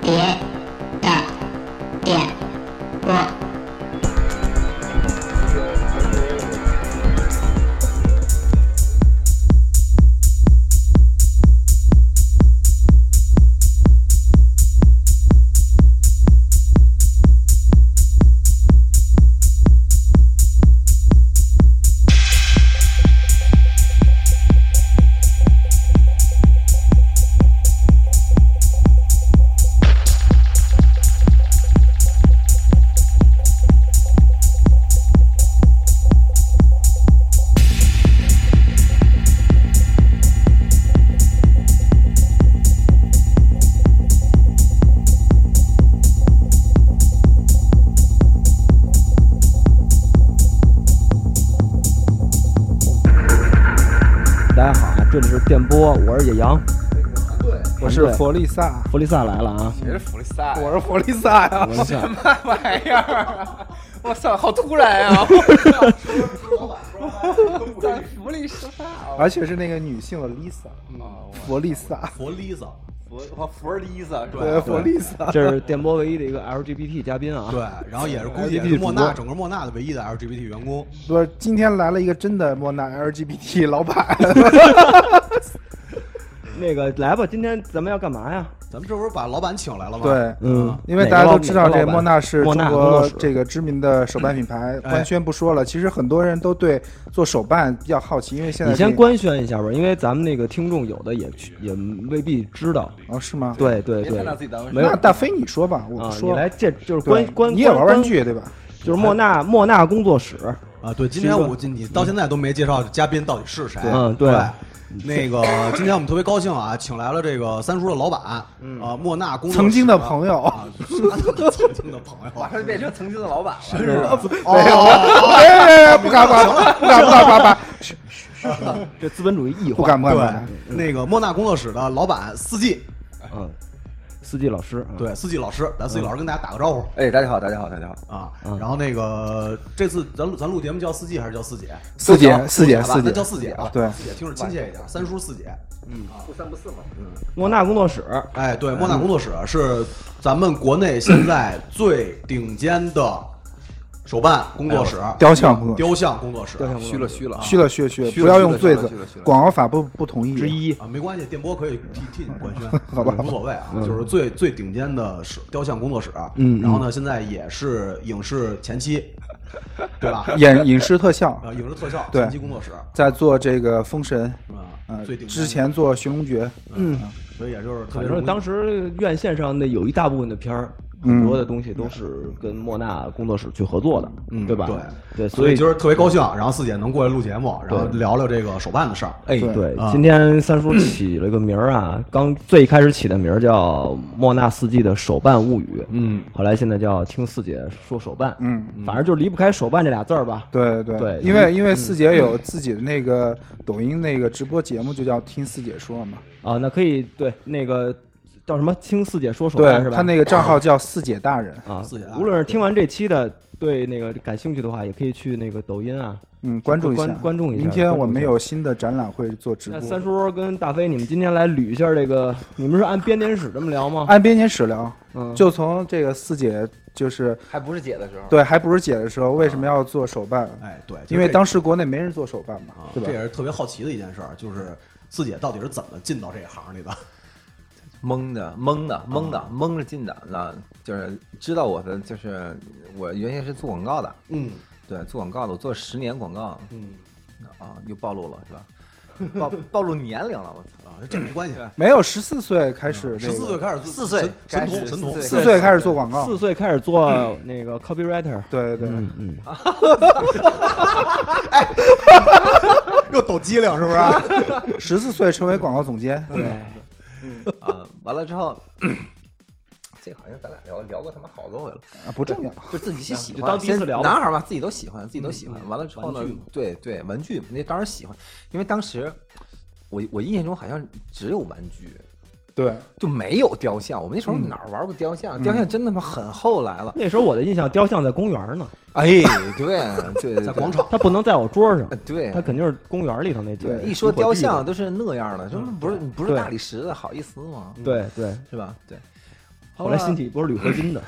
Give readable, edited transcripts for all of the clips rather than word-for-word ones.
别的点播。 这里是电波，我是野羊， 我是弗利萨， 弗利萨来了啊！ 谁是弗利萨？ 我是弗利萨呀！ 什么玩意儿？我操，好突然啊！弗利萨， 而且是那个女性的 Lisa， 弗利萨， 弗利萨，弗利萨， 对，弗利萨， 这是电波唯一的一个 LGBT 嘉宾啊！ 对，然后也是估计也是莫纳整个莫纳的唯一的 LGBT 员工。 不是，今天来了一个真的莫纳 LGBT 老板。 那个来吧，今天咱们要干嘛呀？ 咱们这不是把老板请来了吗？ 对，因为大家都知道这莫纳是中国这个知名的手办品牌，官宣不说了。其实很多人都对做手办比较好奇，因为现在你先官宣一下吧，因为咱们那个听众有的也未必知道。 哦，是吗？ 对对对， 没有。大飞你说吧，我不说。 你来，这就是官， 你也玩玩具对吧？ 就是莫纳工作室啊。对，今天你到现在都没介绍嘉宾到底是谁。 对。 那个，今天我们特别高兴啊，请来了这个三叔的老板，莫纳工作室曾经的朋友， 曾经的朋友， 马上变成曾经的老板了， 是啊， 不敢吧， 这资本主义异化， 不敢。 对，那个莫纳工作室的老板四季， 四季老师， 对，四季老师，咱四季老师跟大家打个招呼。 哎，大家好啊！然后那个这次咱录节目叫四季还是叫四姐？ 四姐， 那叫四姐啊。 对， 四姐听着亲切一点，三叔四姐。 不三不四嘛。 莫纳工作室， 哎，对，莫纳工作室是咱们国内现在最顶尖的手办工作室， 雕像工作室， 虚了， 不要用对子，广告法不同意之一啊，没关系，电波可以替你官宣， 好吧， 无所谓啊，就是最顶尖的雕像工作室，然后呢，现在也是影视前期，对吧？ 影视特效啊，影视特效前期工作室在做这个封神最顶尖之前做寻龙诀， 所以也就是特别说当时院线上那有一大部分的片儿。很多的东西都是跟莫纳工作室去合作的，对吧？对， 所以就是特别高兴，然后四姐能过来录节目，然后聊聊这个手办的事儿。 哎，对，今天三叔起了个名儿啊，最开始起的名儿叫莫纳四季的手办物语，后来现在叫听四姐说手办，反正就离不开手办这俩字儿吧。 对，因为四姐有自己的那个抖音那个直播节目，就叫听四姐说嘛。 啊，那可以对那个。叫什么？听四姐说手办是吧？ 他那个账号叫四姐大人啊。无论是听完这期的，对那个感兴趣的话，也可以去那个抖音啊， 关注一下。 明天我们有新的展览会做直播。 那三叔跟大飞，你们今天来捋一下这个，你们是按编年史这么聊吗？ 按编年史聊，就从这个四姐就是还不是姐的时候， 对，还不是姐的时候，为什么要做手办？ 哎，对， 因为当时国内没人做手办嘛，对吧？ 这也是特别好奇的一件事，就是四姐到底是怎么进到这一行里的？ 蒙着进的，那就是知道我的，就是我原先是做广告的，对，做广告的，我做10年广告，又暴露了是吧？暴露年龄了，我操啊，这没关系， 没有14岁开始 ，14岁开始 ，4岁神童 ，4岁开始做广告 ，4岁开始做那个 copywriter， 对， 哎，又抖机灵是不是？14岁成为广告总监， 对。 完了之后，这好像咱俩聊过他妈好多回了啊，不重要， 就自己喜欢， 当第一次聊， 男孩嘛，自己都喜欢。完了之后呢，对，文具那当然喜欢，因为当时我印象中好像只有玩具， 对， 就没有雕像。我们那时候哪儿玩过雕像？雕像真他妈很后来了。 那时候我的印象，雕像在公园呢。 哎，对， 在广场， 它不能在我桌上， 对， 它肯定是公园里头那几个。 一说雕像都是那样的，不是大理石的，好意思吗？ 对， 是吧？对。 后来新体不是铝合金的，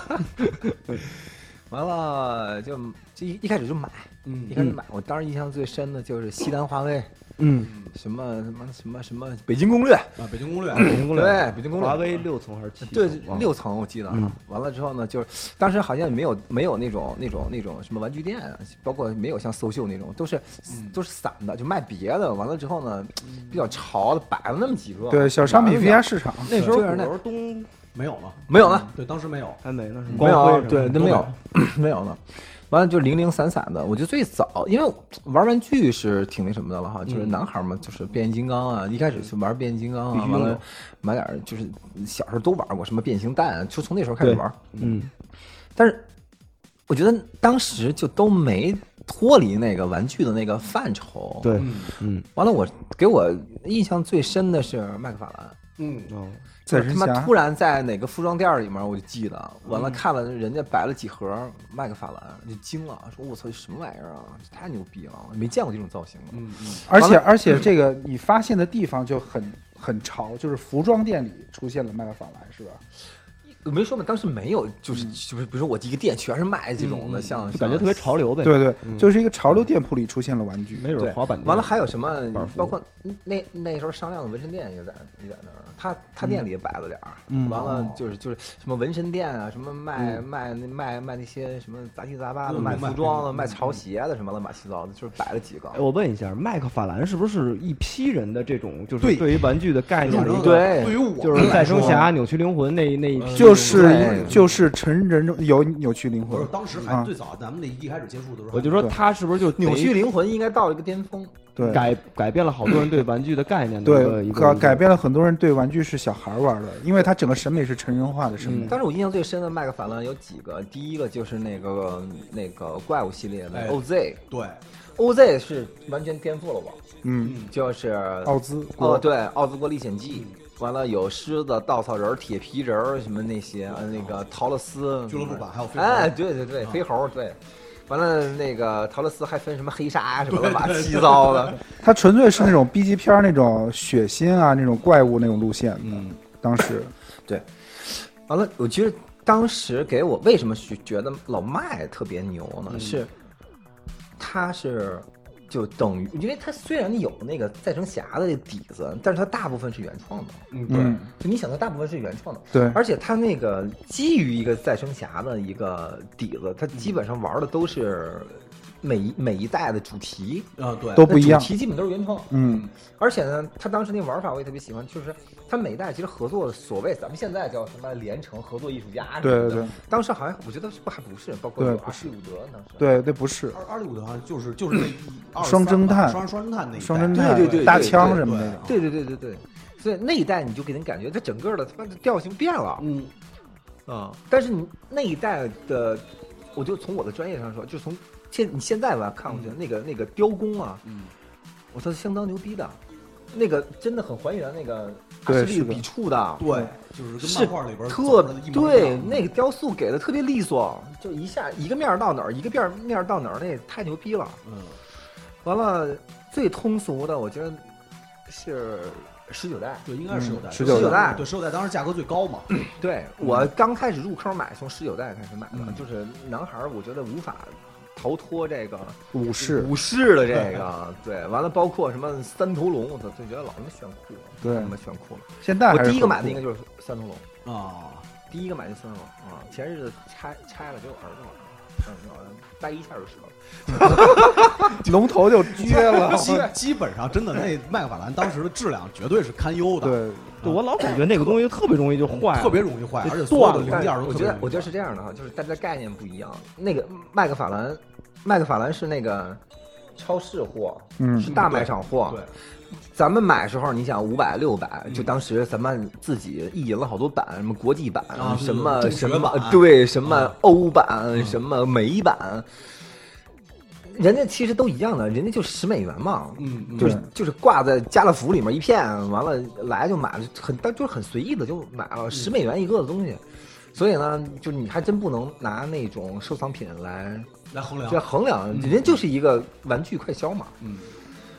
完了就一开始就买，一开始买。我当时印象最深的就是西单华威，什么北京攻略啊， 北京攻略， 对，北京攻略， 华威6层还是7层？ 对，6层我记得。完了之后呢，就是当时好像没有那种什么玩具店，包括没有像搜秀那种，都是散的，就卖别的。完了之后呢，比较潮的摆了那么几个， 对，小商品 VR 市场。 那时候鼓东没有了， 没有了， 对，当时没有， 还没呢， 没有，对，都没有，没有呢。完了就零零散散的。我觉得最早，因为玩玩具是挺那什么的了哈，就是男孩嘛，就是变形金刚啊，一开始是玩变形金刚啊，完了买点就是小时候都玩过什么变形蛋，就从那时候开始玩。但是我觉得当时就都没脱离那个玩具的那个范畴。 对， 完了给我印象最深的是麦克法兰。他妈突然在哪个服装店里面，我就记得，完了看了人家摆了几盒麦克法兰，就惊了，说我操，什么玩意儿啊，太牛逼了，没见过这种造型了。 而且这个你发现的地方就很潮，就是服装店里出现了麦克法兰，是吧？ 我没说嘛，当时没有，就是比如说我这个店全是卖这种的，像感觉特别潮流呗。 对，就是一个潮流店铺里出现了玩具， 没准滑板。 完了还有什么？包括那时候上量的纹身店也在那儿，他店里也摆了点儿。完了就是什么纹身店啊，什么卖那些什么杂七杂八的，卖服装的，卖潮鞋的，什么乱七八糟的，就是摆了几个。 我问一下，麦克法兰是不是一批人的这种，就是对于玩具的概念的一个？ 对于我就是再生侠、扭曲灵魂那一批。 就是成人中有扭曲灵魂。 不是，当时还最早，咱们那一开始接触的时候， 我就说他是不是就扭曲灵魂应该到了一个巅峰， 对， 改变了好多人对玩具的概念， 对，改变了很多人对玩具是小孩玩的，因为它整个审美是成人化的审美。 但是我印象最深的麦克法兰有几个，第一个就是那个怪物系列的 OZ， 对 ，OZ 是完全颠覆了我，就是奥兹对，奥兹国历险记。完了有狮子、稻草人、铁皮人什么那些，那个陶乐斯俱乐部版还有飞猴， 哎，对，飞猴对。完了那个陶乐斯还分什么黑鲨什么乱七八糟的， 它纯粹是那种 B 级片那种血腥啊，那种怪物那种路线。当时对。完了，我觉得当时给我为什么觉得老麦特别牛呢？是他是。就等于，因为它虽然有那个再生侠的底子，但是它大部分是原创的。 对， 就你想，它大部分是原创的。 对， 而且它那个基于一个再生侠的一个底子，它基本上玩的都是每一代的主题对， 都不一样， 主题基本都是原创。而且呢，它当时那玩法我也特别喜欢，就是它每一代其实合作的所谓咱们现在叫什么连城合作艺术家什么的， 对， 当时好像我觉得还不是，包括有阿什伍德当时， 对，那不是阿里伍德好像就是那双侦探对大枪什么的， 对，所以那一代你就给人感觉它整个的它的调性变了，但是你那一代的，我就从我的专业上说，就从你现在吧看过去那个雕工啊，我操，相当牛逼的，那个真的很还原那个阿什利笔触的， 对，就是跟漫画里边对那个雕塑给的特别利索，就一下一个面到哪儿，一个面到哪儿，那太牛逼了。完了最通俗的，我觉得是19代， 对，应该是 19 代， 对，19代当时价格最高嘛。 对我刚开始入坑买，从19代开始买的，就是男孩我觉得无法逃脱这个武士的这个，对，完了包括什么三头龙，我操，就觉得老他妈炫酷了， 对， 他妈炫酷了。 现在我第一个买的应该就是三头龙啊， 第一个买的三头龙啊，前日子拆了给我儿子了，掰一下就折了， 龙头就撅了。 基本上真的那麦克法兰当时的质量绝对是堪忧的。 对，我老感觉那个东西特别容易就坏， 特别容易坏，而且所有的零件都特别容易。 我觉得是这样的哈，就是大家概念不一样。那个麦克法兰是那个超市货，是大卖场货。 对， 咱们买时候，你想500、600，就当时咱们自己意淫了好多版，什么国际版，什么，对，什么欧版，什么美版。人家其实都一样的，人家就$10嘛，就是挂在家乐福里面一片，完了来就买了，就是很随意的就买了$10一个的东西，所以呢，就你还真不能拿那种收藏品来衡量， 人家就是一个玩具快消嘛，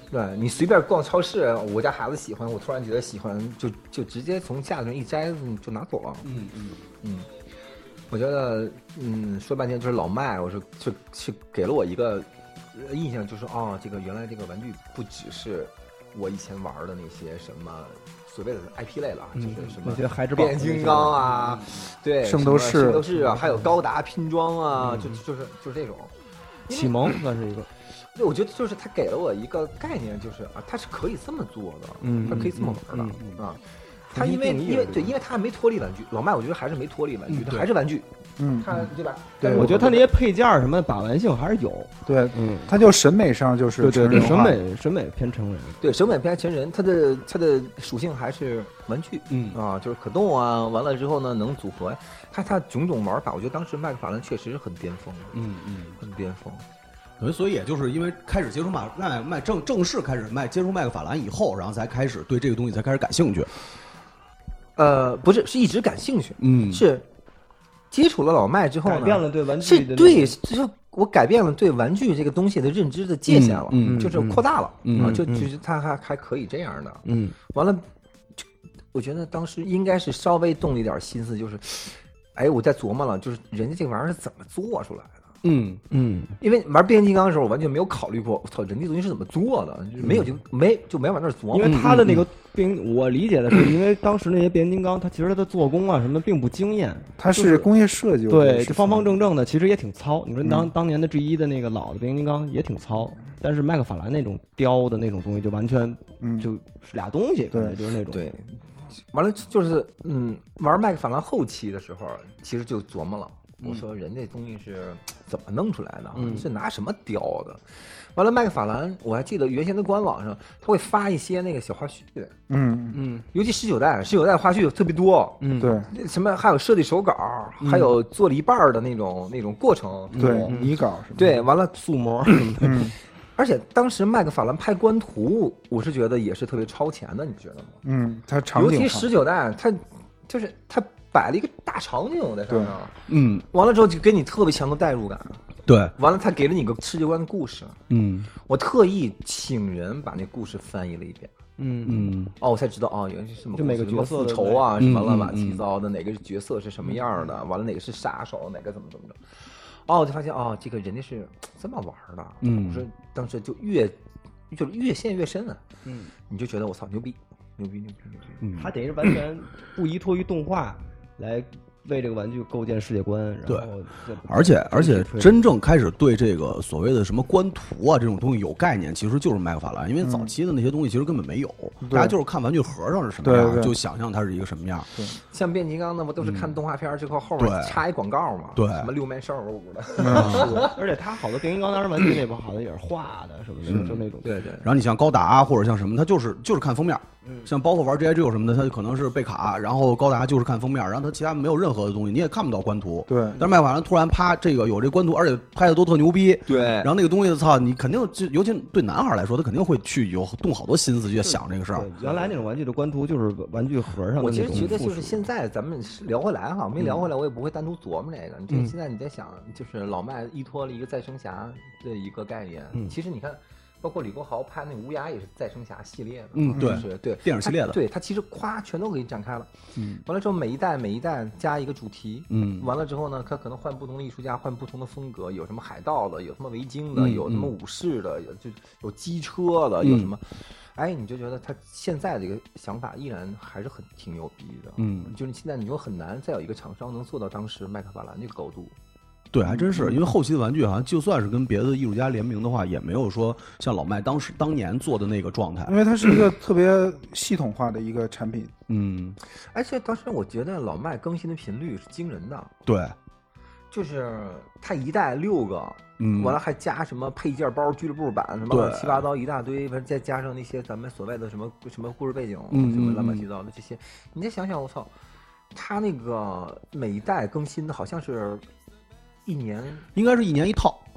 对，你随便逛超市，我家孩子喜欢，我突然觉得喜欢，就直接从架子上一摘就拿走了。我觉得说半天就是老麦，我是给了我一个印象，就是这个原来这个玩具不只是我以前玩的那些什么所谓的 IP 类了，就是什么变形金刚啊，对， 圣斗士啊，还有高达拼装啊，就是这种。 启蒙算是一个。 对，我觉得就是他给了我一个概念，就是他是可以这么做的，他可以这么玩的啊。他因为他还没脱离玩具，老麦我觉得还是没脱离玩具，他还是玩具。他对吧？ 对，我觉得他那些配件什么把玩性还是有。 对，他就审美上就是对，审美偏成人。 对，审美偏成人，它的属性还是玩具。就是可动啊，完了之后呢能组合，它种种玩法，我觉得当时麦克法兰确实是很巅峰的。很巅峰。 所以也就是因为开始接触正式开始接触麦克法兰以后，然后才开始对这个东西才开始感兴趣。 不是一直感兴趣，是接触了老麦之后呢， 改变了对玩具的就是我改变了对玩具这个东西的认知的界限了，就是扩大了，就是它还可以这样的，完了，我觉得当时应该是稍微动了一点心思，就是，我在琢磨了，就是人家这个玩意儿是怎么做出来的。因为玩变形金刚的时候，我完全没有考虑过，我操，人家东西是怎么做的，没有没往那儿琢磨。 因为他的那个我理解的是，因为当时那些变形金刚，它其实它的做工啊什么的并不惊艳， 它是工业设计， 对，方方正正的，其实也挺糙。你说当年的 G1的那个老的变形金刚也挺糙，但是麦克法兰那种雕的那种东西就完全就是俩东西， 对， 就是那种对。完了就是玩麦克法兰后期的时候，其实就琢磨了。我说人这东西是怎么弄出来的？是拿什么雕的？完了，麦克法兰我还记得原先的官网上他会发一些那个小花絮的，尤其19代花絮特别多， 对， 什么还有设计手稿，还有做了一半的那种过程， 对，拟稿什么， 对，完了塑模， 而且当时麦克法兰拍官图，我是觉得也是特别超前的，你不觉得吗？ 它场景， 尤其19代，它就是它摆了一个大场景在上面，完了之后就给你特别强的代入感， 对， 完了他给了你个世界观的故事，我特意请人把那故事翻译了一遍，我才知道原来是什么， 就每个角色复仇啊，什么乱七八糟的，哪个角色是什么样的，完了哪个是杀手，哪个怎么着，我就发现这个人家是这么玩的，我说当时就越陷越深啊，你就觉得我操牛逼， 他等于是完全不依托于动画来为这个玩具构建世界观，然后而且真正开始对这个所谓的什么官图啊这种东西有概念，其实就是麦克法兰，因为早期的那些东西其实根本没有，大家就是看玩具盒上是什么样，就想象它是一个什么样。 对，像变形金刚那不都是看动画片之后后面插一广告嘛？ 对， 什么6面兽的， 而且它好多变形金刚当时玩具那边好像也是画的什么的，就那种。 对。 然后你像高达或者像什么，它就是看封面。像包括玩 G.I. Joe 什么的，它可能是贝卡，然后高达就是看封面，然后它其他没有任何的东西，你也看不到官图。 对。 但是麦克法兰突然啪，这个有这官图，而且拍的都特牛逼。 对。 然后那个东西，操，你肯定就，尤其对男孩来说，他肯定会去动好多心思去想这个事儿。 原来那种玩具的官图就是玩具盒上的。 我其实觉得就是现在咱们聊回来哈，没聊回来，我也不会单独琢磨这个。你现在你在想，就是老麦依托了一个再生侠的一个概念。其实你看。包括李国豪拍那个乌鸦也是再生侠系列的，对电影系列的， 对他其实全都给你展开了，完了之后每一代加一个主题，完了之后呢，他可能换不同的艺术家，换不同的风格，有什么海盗的，有什么维京的，有什么武士的，有机车的，有什么，你就觉得他现在这个想法依然还是挺牛逼的，就是现在你就很难再有一个厂商能做到当时麦克法兰这个高度。 对，还真是，因为后期的玩具好像就算是跟别的艺术家联名的话，也没有说像老麦当年做的那个状态， 因为它是一个特别系统化的一个产品。 而且当时我觉得老麦更新的频率是惊人的。 对， 就是他一代6个，完了还加什么配件包、俱乐部版什么乱七八糟一大堆，再加上那些咱们所谓的什么故事背景，什么乱七八糟的这些，你再想想，我操，他那个每一代更新的好像是。应该是1年1套，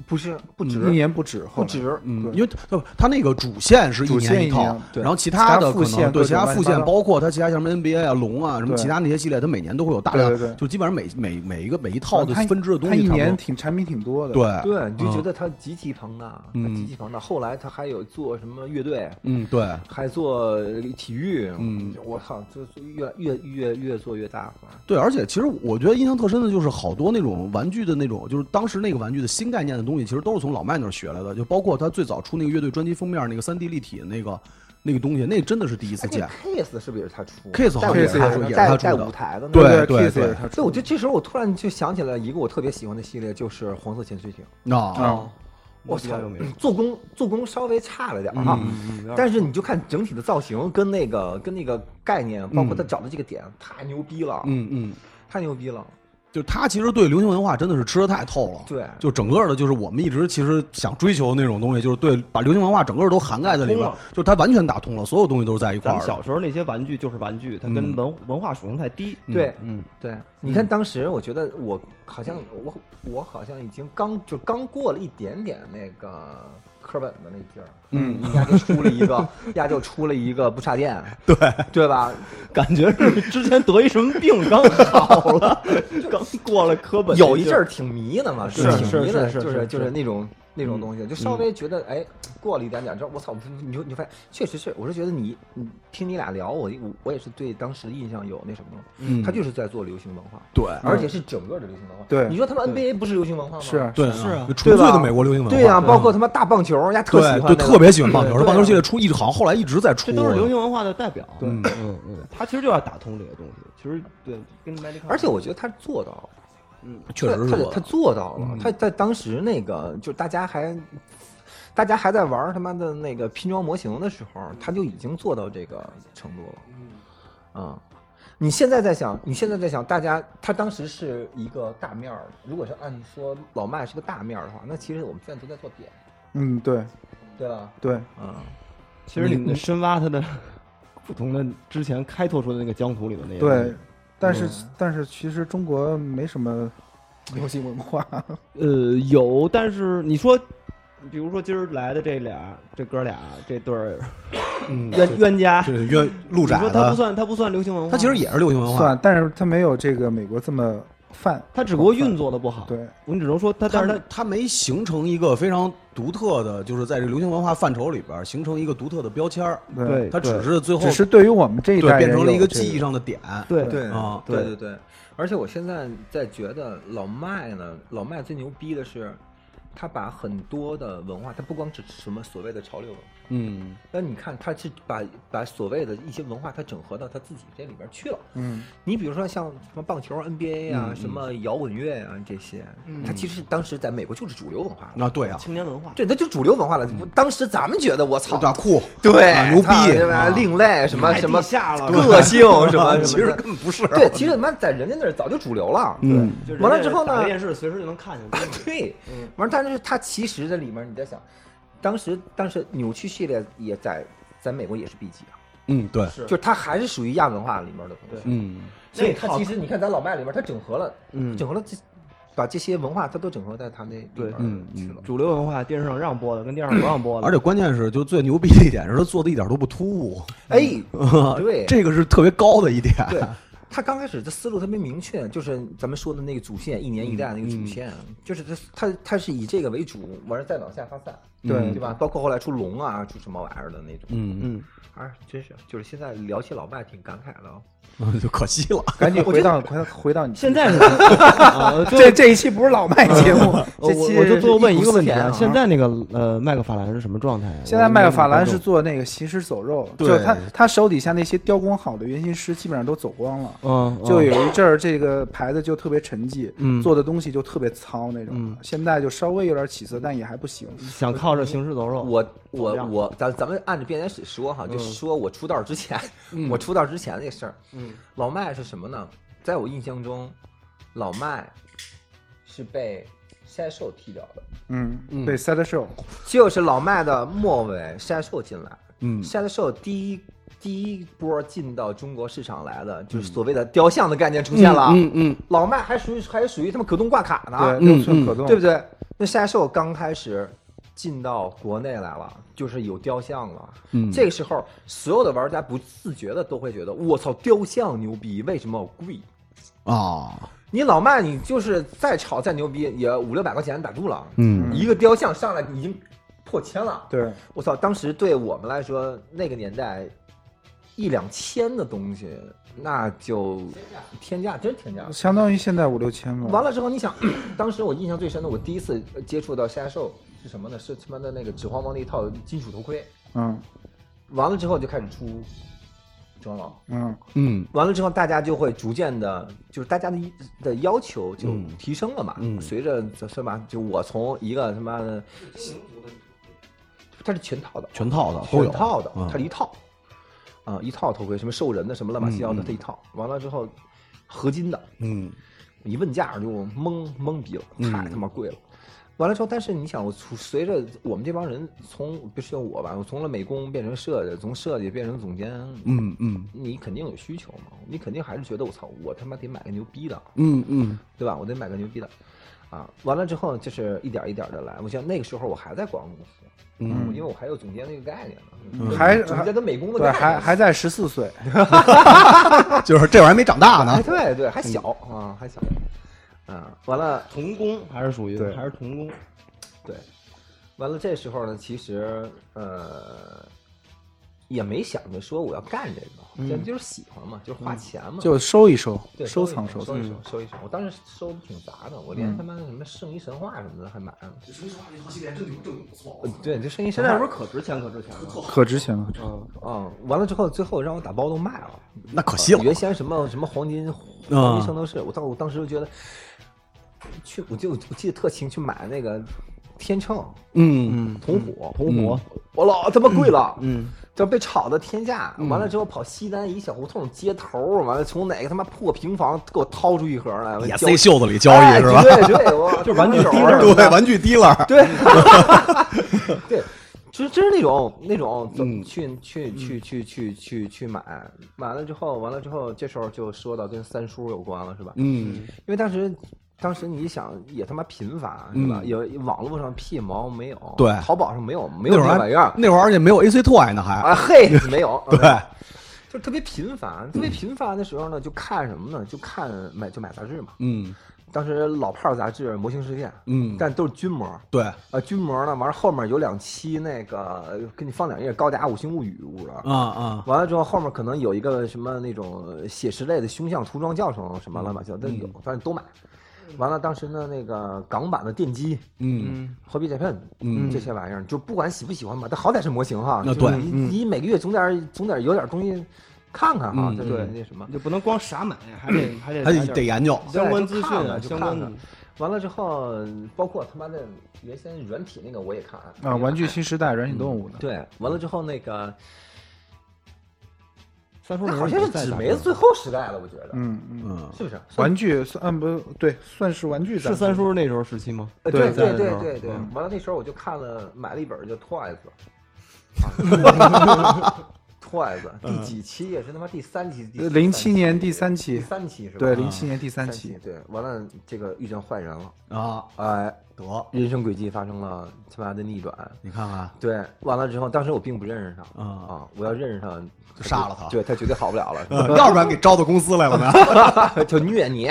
不是不止一年不止， 因为它那个主线是一年一套，然后其他的可能对其他副线，包括它其他像什么 NBA 啊、龙啊什么其他那些系列，它每年都会有大量，就基本上每一套的分支的东西， 它一年产品挺多的。 对， 你就觉得它极其庞大，极其庞大。后来它还有做什么乐队， 对， 还做体育，我操，就越做越大。 对，而且其实我觉得印象特深的就是好多那种玩具的那种，就是当时那个玩具的新概念的东西，其实都是从老麦那儿学来的。就包括他最早出那个乐队专辑封面那个3D 立体的那个东西，那真的是第一次见。 Kiss 是不是也是他出 ？Kiss 好像也是他出， 带舞台的。 对。 对，我觉得这时候我突然就想起来一个我特别喜欢的系列，就是黄色潜水艇。我操，做工稍微差了点哈，但是你就看整体的造型跟那个概念，包括他找的这个点，太牛逼了。太牛逼了。 就他其实对流行文化真的是吃得太透了， 对， 就整个的，就是我们一直其实想追求那种东西，就是对把流行文化整个都涵盖在里边，就是它完全打通了，所有东西都是在一块儿。 小时候那些玩具就是玩具，它跟文化属性太低。 对，对。你看当时，我觉得我好像已经刚过了一点点那个课本的那劲儿，丫就出了一个不插电，对吧？ 感觉是之前得一什么病刚好了，刚过了课本， 有一阵儿挺迷的嘛， 是挺迷的，就是那种东西，就稍微觉得哎，过了一点点之后，我操，你发现确实是，我是觉得你听你俩聊，我也是对当时的印象有那什么，他就是在做流行文化， 对， 而且是整个的流行文化， 对， 你说他们 NBA 不是流行文化吗？ 是啊， 纯粹的美国流行文化， 对呀，包括他妈大棒球，人家特喜欢， 对，特别喜欢棒球，棒球系列好像后来一直在出， 这都是流行文化的代表，他其实就要打通这个东西，其实对，跟而且我觉得他做到了。 确实是他做到了。他在当时那个，就大家还在玩他妈的那个拼装模型的时候，他就已经做到这个程度了。你现在在想，他当时是一个大面儿。如果是按说老麦是个大面儿的话，那其实我们现在都在做点。对吧？ 对， 其实你深挖他的不同的之前开拓出的那个疆土里的那些。 对。但是其实中国没什么流行文化， 有，但是你说，比如说今儿来的这哥俩这对儿，冤家， 是路窄， 你说他不算流行文化， 他其实也是流行文化， 算，但是他没有这个美国这么泛， 他只不过运作的不好。 对， 我只能说但是他没形成一个非常独特的，就是在这个流行文化范畴里边形成一个独特的标签儿。 对， 他只是最后只是对于我们这一代变成了一个记忆上的点。 对， 而且我现在在觉得老麦最牛逼的是，他把很多的文化，他不光是什么所谓的潮流文化，那你看他是把所谓的一些文化，他整合到他自己这里边去了，你比如说像什么棒球 NBA 啊，什么摇滚乐啊这些，他其实当时在美国就是主流文化了。 对啊， 青年文化， 对，他就主流文化了。当时咱们觉得我操， 酷， 对， 牛逼， 另类什么下了个性什么， 其实根本不是。 对，其实他妈在人家那儿早就主流了。完了之后呢， 电视随时就能看见。 对，完了，但是他其实这里面你在想，当时扭曲系列也在美国也是 B 级啊。 对， 就它还是属于亚文化里面的东西。所以它其实你看咱老麦里边，它整合了，把这些文化它都整合在它那里边去了。 主流文化电视上让播的跟电视上不让播的， 而且关键是就最牛逼的一点是他做的一点都不突兀。 对， 这个是特别高的一点。 对。他刚开始的思路特别明确，就是咱们说的那个主线，一年一代那个主线，就是他是以这个为主，完了再往下发散，对吧？包括后来出龙啊，出什么玩意儿的那种，真是，就是现在聊起老麦挺感慨的就可惜了。 赶紧回到你现在这一期不是老麦节目，这期我就最后问一个问题啊，现在那个麦克法兰是什么状态？ 现在麦克法兰是做那个行尸走肉，就他手底下那些雕工好的原型师基本上都走光了，就有一阵儿这个牌子就特别沉寂，做的东西就特别糙那种，现在就稍微有点起色，但也还不行。 想靠着行尸走肉， 咱们按着编年史说哈，就说我出道之前，那事儿。老麦是什么呢？在我印象中，老麦是被塞兽踢掉的。 被塞德兽， 就是老麦的末尾，塞兽进来。塞德兽第一波进到中国市场来的，就是所谓的雕像的概念出现了。老麦还属于他们可动挂卡呢， 对，6寸可动， 对不对？ 那夏寿刚开始进到国内来了，就是有雕像了。这个时候所有的玩家不自觉的都会觉得，我操，雕像牛逼，为什么贵啊？ 你老卖，你就是再炒再牛逼，也500-600块钱打住了。一个雕像上来已经破千了。 对， 我操，当时对我们来说，那个年代1-2千的东西，那就天价，真天价， 相当于现在5-6千吧。 完了之后，你想，当时我印象最深的，我第一次接触到虾兽是什么呢？是他妈的那个指环王的一套金属头盔。完了之后就开始出指环王。完了之后，大家就会逐渐的，就是大家的要求就提升了嘛。随着是吧？就我从一个他妈的，它是全套的， 全套的， 它是一套。一套头盔，什么兽人的，什么乱七八糟的，这一套。完了之后，合金的，一问价就懵逼了，太他妈贵了。完了之后，但是你想，随着我们这帮人不是我吧，我从了美工变成设计，从设计变成总监，你肯定有需求嘛，你肯定还是觉得我操，我他妈得买个牛逼的，对吧？我得买个牛逼的，完了之后就是一点一点的来。我想那个时候我还在广告公司，因为我还有总监那个概念呢，总监跟美工的概念， 还在14岁， 就是这玩意儿还没长大呢， 对，还小还小。完了， 童工还是属于还是童工， 对，完了这时候呢，其实也没想着说我要干这个，就是喜欢嘛，就是花钱嘛， 就收一收， 对， 收藏。 我当时收的挺杂的，我连他妈的什么圣衣神话什么的还买了。 圣衣神话这套系列真不错。 对，这圣衣神话不是可值钱吗？ 可值钱了。 完了之后，最后让我打包都卖了， 那可惜了。 原先什么黄金圣斗士，我当时就觉得。我记得特清，去买那个天秤，铜虎，我老他妈贵了，就被炒的天价。完了之后跑西单一小胡同街头，完了从哪个他妈破平房给我掏出一盒来， 也塞袖子里交易是吧？ 对，我就是玩具dealer， 对，玩具 dealer， 对，对。就是真是那种去买，完了之后，这时候就说到跟三叔有关了，是吧？因为当时你想也他妈贫乏是吧？有网络上屁毛没有， 对， 淘宝上没有这玩意儿， 那会儿而且没有 AC Toy 呢，还没有， 对， 就特别贫乏的时候呢，就看什么呢？就买杂志嘛，当时老炮杂志《模型世界》，但都是军模， 对， 军模呢，完了后面有2期那个给你放2页《高达5星物语》了，完了之后后面可能有一个什么那种写实类的胸像涂装教程什么乱七八糟都有，反正都买。完了，当时呢，那个港版的电机，货币债券，这些玩意儿，就不管喜不喜欢吧，但好歹是模型哈。 那对， 你每个月总得有点东西看看哈，对那什么， 就不能光傻买，还得研究相关资讯相关的。完了之后，包括他妈的原先软体那个我也看玩具新时代软体动物的。 对，完了之后那个。 三叔好像是纸媒最后时代了，我觉得，是不是？ 玩具不对，算是玩具。 是三叔那时候时期吗？ 对。完了那时候我就买了一本叫 Toys， Toys 第几期也是他妈第3期 ，07年第3期 ，3期是吧？ 对，07年第3期。 对，完了这个遇见坏人了啊！ 得人生轨迹发生了他妈的逆转， 你看看。 对，完了之后，当时我并不认识他我要认识他就杀了他， 对他绝对好不了了， 要不然给招到公司来了呢， 就虐你。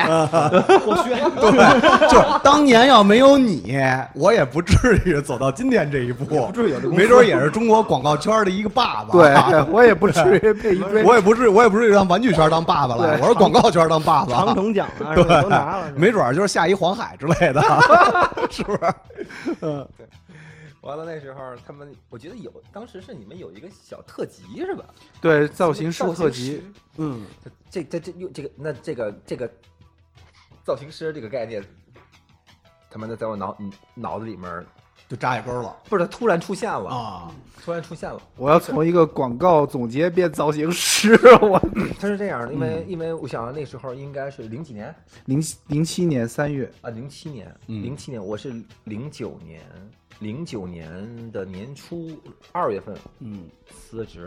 对，就是当年要没有你，我也不至于走到今天这一步， 不至于， 没准也是中国广告圈的一个爸爸。 对，我也不至于被一堆， 我也不至于让玩具圈当爸爸了，我是广告圈当爸爸， 长城奖啊， 对， 都拿了， 没准就是下一黄海之类的，是不是？ 对。完了那时候我觉得当时是你们有一个小特辑是吧？ 对，造型师特辑。 这个造型师这个概念，他妈的在我脑子里面就扎一根了。 不是，他突然出现了。 我要从一个广告总监变造型师， 他是这样的，因为我想那时候应该是07年 ，07年3月啊，07年，我是09年的年初2月份，辞职，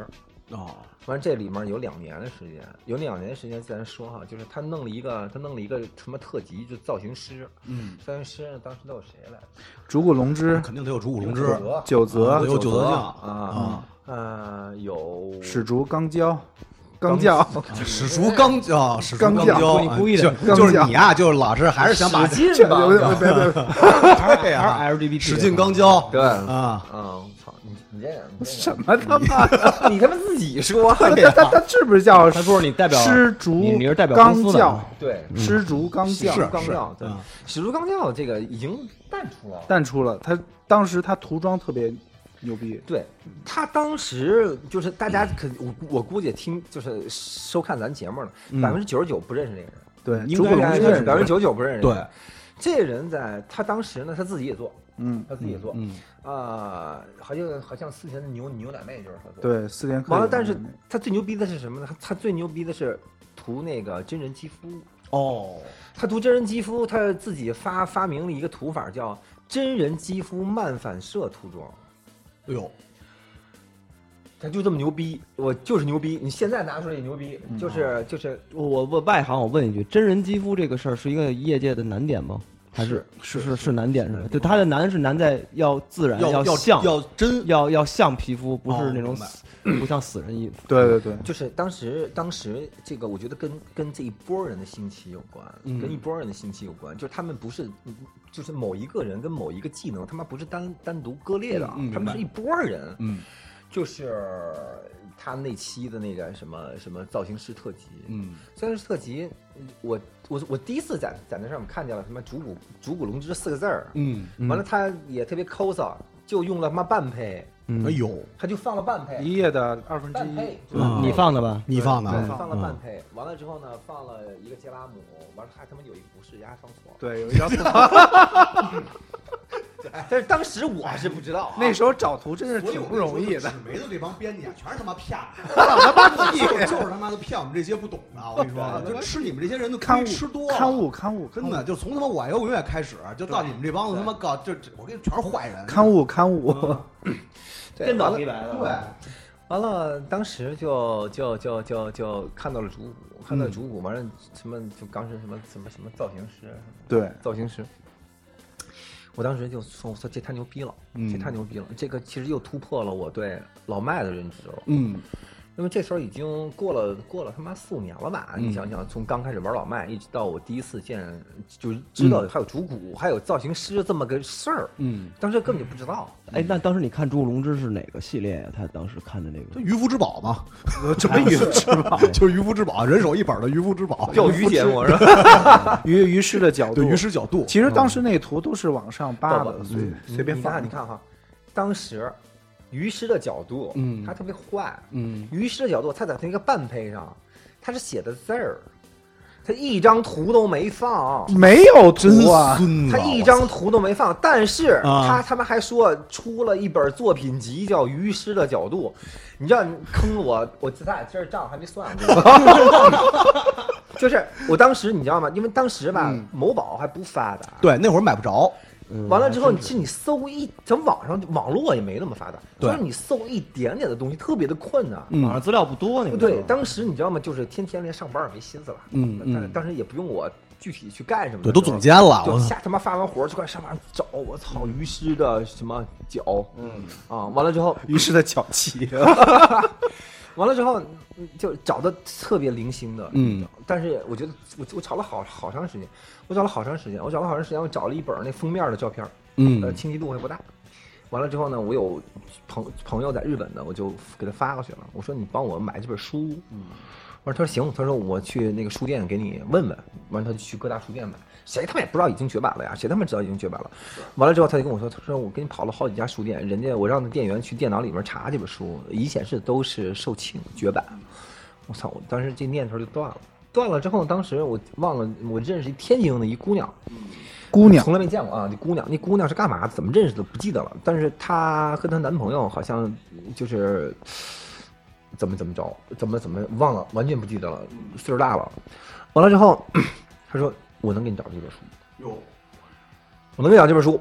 完这里面有2年的时间，自然说哈，就是他弄了一个什么特辑，就造型师。造型师呢，当时都有谁来？ 竹谷隆之， 肯定得有竹谷隆之， 九泽有九泽酱有史竹刚教， 史竹刚教， 你故意的， 就是你啊，就是老是还是想把使劲吧， 别还是 LGBT， 使劲刚教， 对操你这什么他妈的， 你他妈自己说， 他是不是叫？ 他说你代表施竹， 你是代表刚教， 对， 施竹刚教， 对，史竹刚教这个已经淡出了，他当时他涂装特别牛逼， 对他当时就是大家我估计听就是收看咱节目了，99%不认识这个人， 对， 应该是 99%不认识， 对， 这人在他当时呢，他自己也做。他自己做，好像4田的牛奶妹就是他做， 对，4田。 完了，但是他最牛逼的是什么呢？他最牛逼的是涂那个真人肌肤。他涂真人肌肤，他自己发明了一个涂法叫真人肌肤慢反射涂装。 哎呦， 他就这么牛逼，我就是牛逼。你现在拿出来也牛逼，就是我外行，我问一句，真人肌肤这个事儿是一个业界的难点吗？还是难点是吧？对，它的难是难在要自然，要像， 要真， 要像皮肤，不是那种不像死人衣服。 对， 就是当时这个，我觉得跟这一波人的兴起有关，跟一波人的兴起有关，就是他们不是，就是某一个人跟某一个技能，他们不是单独割裂的，他们是一波人。就是他那期的那个什么造型师特辑，造型师特辑，我第一次在那上面看见了什么竹谷隆之4个字儿，完了他也特别抠搜，就用了他妈半配， 哎呦， 他就放了半配， 1页的1/2， 你放的吧？ 你放的， 放了半配，完了之后呢，放了一个杰拉姆，完了还他妈有一个不是压放错， 对，有一张错。 但是当时我是不知道， 那时候找图真是挺不容易的。 纸媒的这帮编辑啊，全是他妈骗子，就是他妈的骗我们这些不懂的。我跟你说，就吃你们这些人的刊物吃多， 刊物， 真的就从他妈我爱游永远开始，就到你们这帮子他妈搞，就我跟你全是坏人。 刊物， 颠倒黑白的。 对， 完了，当时就看到了竹谷，完了什么就刚是什么造型师， 对， 造型师。我当时就说：“我操，这太牛逼了，这太牛逼了！这个其实又突破了我对老麦的认知了。因为这时候已经过了他妈4-5年了吧？你想想，从刚开始玩老麦，一直到我第一次见，就知道还有竹谷，还有造型师这么个事儿。当时根本就不知道。 哎，那当时你看竹谷隆之是哪个系列呀？他当时看的那个渔夫之宝嘛？ 什么渔夫之宝？ 就是渔夫之宝，人手一本的渔夫之宝， 钓鱼节目是吧？ 鱼师的角度， 对，鱼师角度。 其实当时那图都是往上扒的，随便放。你看哈，当时。鱼师的角度，他特别坏。鱼师的角度，他在那个半配上，他是写的字儿，他一张图都没放， 没有图啊， 他一张图都没放。但是他们还说出了一本作品集叫《鱼师的角度》，你知道坑我咱俩今儿账还没算过。就是我当时你知道吗？因为当时吧，某宝还不发达， 对，那会儿买不着。 完了之后，其实你搜咱网络也没那么发达，所以你搜一点点的东西特别的困难， 网上资料不多那个。 对，当时你知道吗？就是天天连上班也没心思了，但是当时也不用我具体去干什么， 对，都总监了， 就他妈发完活就快上网找，我操，鱼师的什么脚，完了之后， 鱼师的脚气。 完了之后就找的特别零星的，但是我觉得我找了好长时间，我找了好长时间，我找了一本那封面的照片，清晰度还不大。完了之后呢，我有朋友在日本的，我就给他发过去了，我说你帮我买这本书，完了他说行，他说我去那个书店给你问问，完了他就去各大书店买。谁他妈也不知道已经绝版了呀？谁他妈知道已经绝版了？完了之后，他就跟我说：“他说我给你跑了好几家书店，我让那店员去电脑里面查这本书，一显示都是售罄绝版。”我操！我当时这念头就断了。断了之后，当时我忘了，我认识一天津的一姑娘，从来没见过啊。那姑娘是干嘛？怎么认识的不记得了。但是她和她男朋友好像就是怎么着，怎么忘了，完全不记得了，岁数大了。完了之后，她说。我能给你找这本书，我能给你找这本书，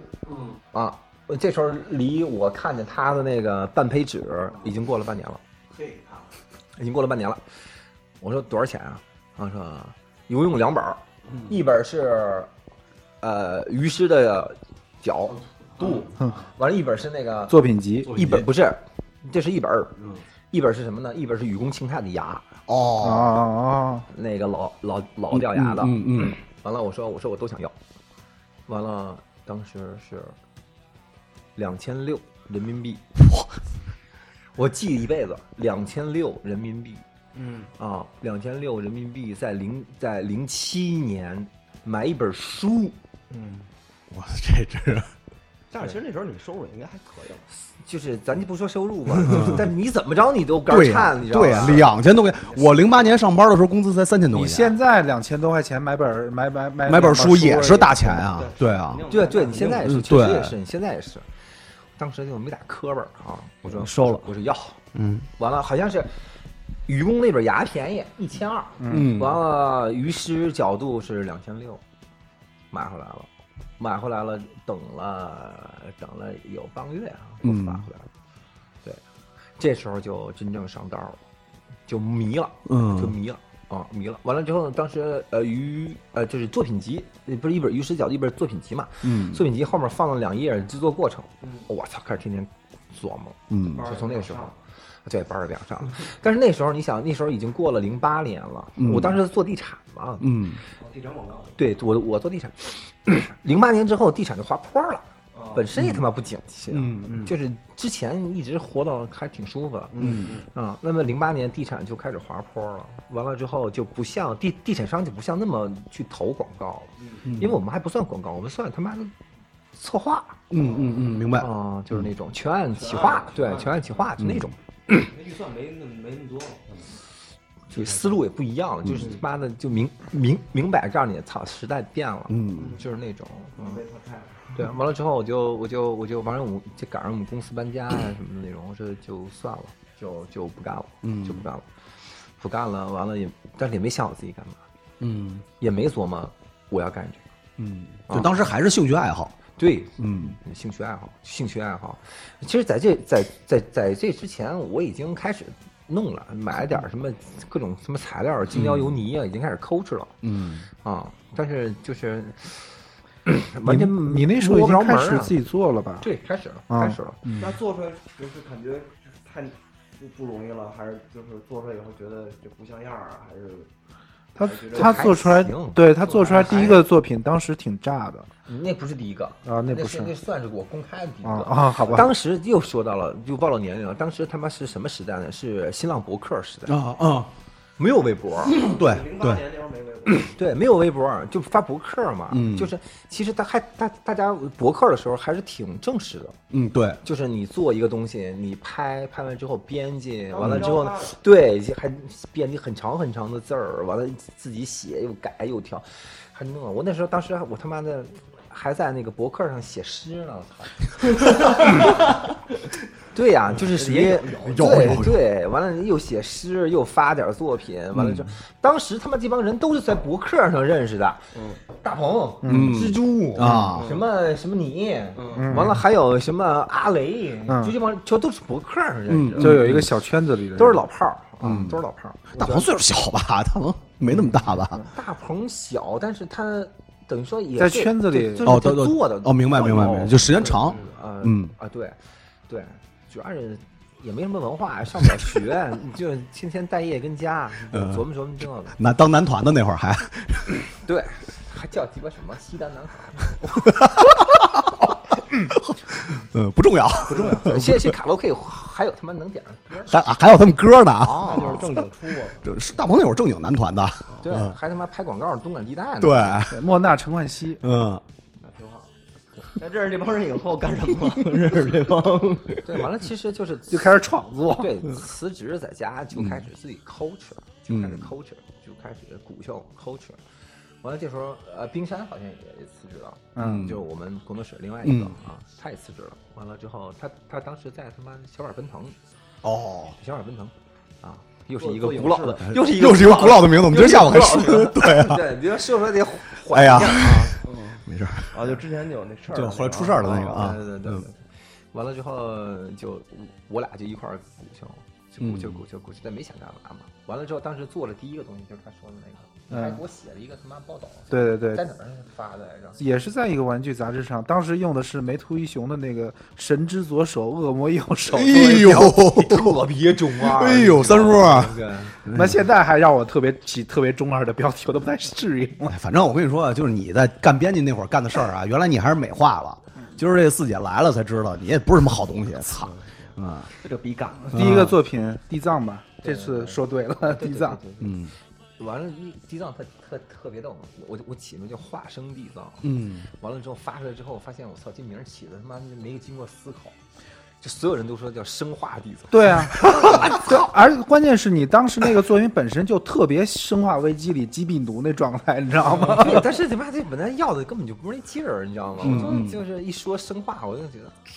这时候离我看见他的那个半配纸已经过了半年了， 已经过了半年了。我说多少钱啊？他说一共用2本，一本是于师的角度，完了一本是那个作品集， 一本不是，这是一本，一本是什么呢？一本是雨宫庆太的牙，那个老掉牙的，完了我说我都想要，完了当时是2600人民币，我记一辈子，2600人民币。2600人民币在07年买一本书， 哇，这真是。 但是其实那时候你收入应该还可以了， 就是咱就不说收入吧，但你怎么着你都肝颤，你知道吗？ 对呀，2000多块钱。我08年上班的时候工资才3000多块钱。 你现在2000多块钱买本书也是大钱啊！对啊， 对，你现在也是，确实也是，你现在也是。当时就没打磕巴啊，我说收了， 我说要，完了好像是。愚公那本牙便宜1200，完了于师角度是2600，买回来了，等了有半个月啊，买回来了，对，这时候就真正上道了，就迷了，迷了，完了之后，当时就是作品集，不是一本于师角度，一本作品集嘛，作品集后面放了2页制作过程，我操，开始天天琢磨，就从那个时候。对，班儿上了，但是那时候你想，那时候已经过了08年了，我当时做地产嘛， 地产广告， 对我做地产，08年之后地产就滑坡了，本身也他妈不景气，就是之前一直活到还挺舒服的，那么08年地产就开始滑坡了，完了之后就不像地产商就不像那么去投广告了，因为我们还不算广告，我们算他妈的策划， 明白就是那种全案企划，对，全案企划就那种。 预算没那么多， 就思路也不一样了，就是他妈的就明摆告诉你，操，时代变了，就是那种，对，完了之后我就完了，就赶上我们公司搬家啊什么的那种，我说就算了，就不干了，不干了，完了也，但是也没想我自己干嘛，也没琢磨我要干这个，就当时还是兴趣爱好。 对，兴趣爱好，其实在这之前我已经开始弄了，买了点什么各种什么材料，精雕油泥啊，已经开始抠哧了，但是就是完全你那时候已经开始自己做了吧？ 对，开始了。 那做出来就是感觉太不容易了，还是就是做出来以后觉得这不像样啊，还是？ 他做出来，对他做出来第一个作品，当时挺炸的。 那不是第一个啊，那不是， 那算是我公开的第一个啊，好吧。 当时又说到了，就暴露年龄了。当时他妈是什么时代呢？是新浪博客时代没有微博， 对 08年那时候没微博， 对，没有微博，就发博客嘛。就是其实大家博客的时候还是挺正式的。 对， 就是你做一个东西，你拍完之后编辑，完了之后呢，对，还编辑很长很长的字儿，完了自己写又改又调，还弄。我那时候当时我他妈的还在那个博客上写诗呢，我操！对呀，就是属于对，完了又写诗，又发点作品，完了之后，当时他妈这帮人都是在博客上认识的，大鹏、蜘蛛啊，什么你，完了还有什么阿雷，就这帮全都是博客上认识的， 就有一个小圈子里的， 都是老炮儿，都是老炮儿。 大鹏岁数小吧？大鹏没那么大吧？ 大鹏小，但是他等于说也在圈子里哦，做的明白，就时间长， 对。主要是也没什么文化，上不了学，就天天待业跟家，琢磨这个。 当男团的那会儿还， 对，还叫鸡巴什么西单男孩。 不重要。 现在卡拉 OK 还有他妈能点上歌， 还有他们歌呢。 那就是正经出过。 是大鹏那会儿正经男团的。 对，还他妈拍广告东莞地带呢。 对， 莫娜陈冠希。 那认识这帮人以后干什么了？认识这帮， 对，完了其实就开始创作， 对，辞职在家就开始自己culture，就开始鼓秀culture。完了这时候冰山好像也辞职了，就我们工作室另外一个他也辞职了。完了之后他当时在他妈小碗奔腾，小碗奔腾啊。又是一个古老的，又是一个古老的名字。我们今儿下午还说，对啊， 对，你要说出来得哎呀，没事啊，就之前就有那事儿， 就后来出事儿的那个啊， 对，完了之后就我俩就一块儿鼓秀， 鼓，但没想干嘛嘛。完了之后，当时做了第一个东西就是他说的那个，还给我写了一个他妈报道。 对， 在哪儿发的来着？ 也是在一个玩具杂志上，当时用的是梅图一雄的那个神之左手，恶魔右手。 哎呦， 特别中二！ 哎呦，三叔啊， 那现在还让我起特别中二的标题，我都不太适应。 反正我跟你说，就是你在干编辑那会儿干的事儿啊，原来你还是美化了。今儿这四姐来了才知道，你也不是什么好东西。操！ 这个笔杆。 第一个作品地藏吧，这次说对了，地藏。 完了，地藏特别逗，我起名叫化生地藏。完了之后发出来之后，发现我操，这名起的他妈没经过思考。就所有人都说叫生化地藏。 对啊，而关键是你当时那个作品本身就特别《生化危机》里鸡病毒那状态，你知道吗？ 对，但是他妈这本来要的根本就不是那劲儿，你知道吗？我就是一说生化，我就觉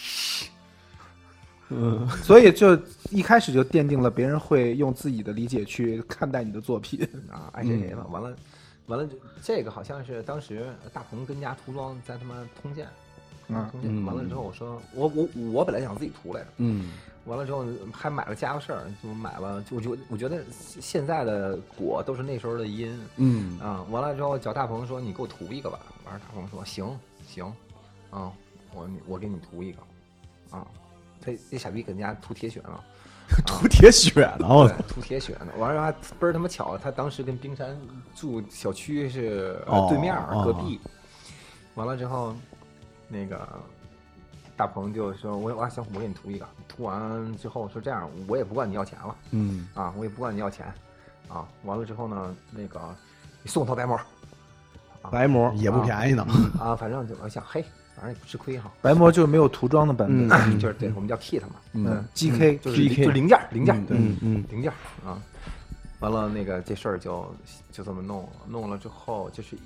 得，所以就一开始就奠定了别人会用自己的理解去看待你的作品啊，爱谁谁嘛。完了，这个好像是当时大鹏跟家涂装在他妈通县。完了之后，我说我本来想自己涂来着，完了之后还买了家伙事儿，就买了，我觉得现在的果都是那时候的因，完了之后找大鹏说你给我涂一个吧，完了大鹏说行，我给你涂一个，他这傻逼给人家涂铁血了。 涂铁血呢，我涂铁血呢，完了还倍儿他妈巧，他当时跟冰山住小区是对面隔壁，完了之后。那个大鹏就说：“我行，我给你涂一个。涂完之后说这样，我也不管你要钱了，我也不管你要钱，完了之后呢，那个你送我套白膜， 白膜也不便宜呢， 反正就我想，嘿，反正也不吃亏哈。 白膜就是没有涂装的版本， 就是对我们叫 kit 嘛 ，GK 就是零件，零件啊。完了那个这事儿就这么弄了之后，就是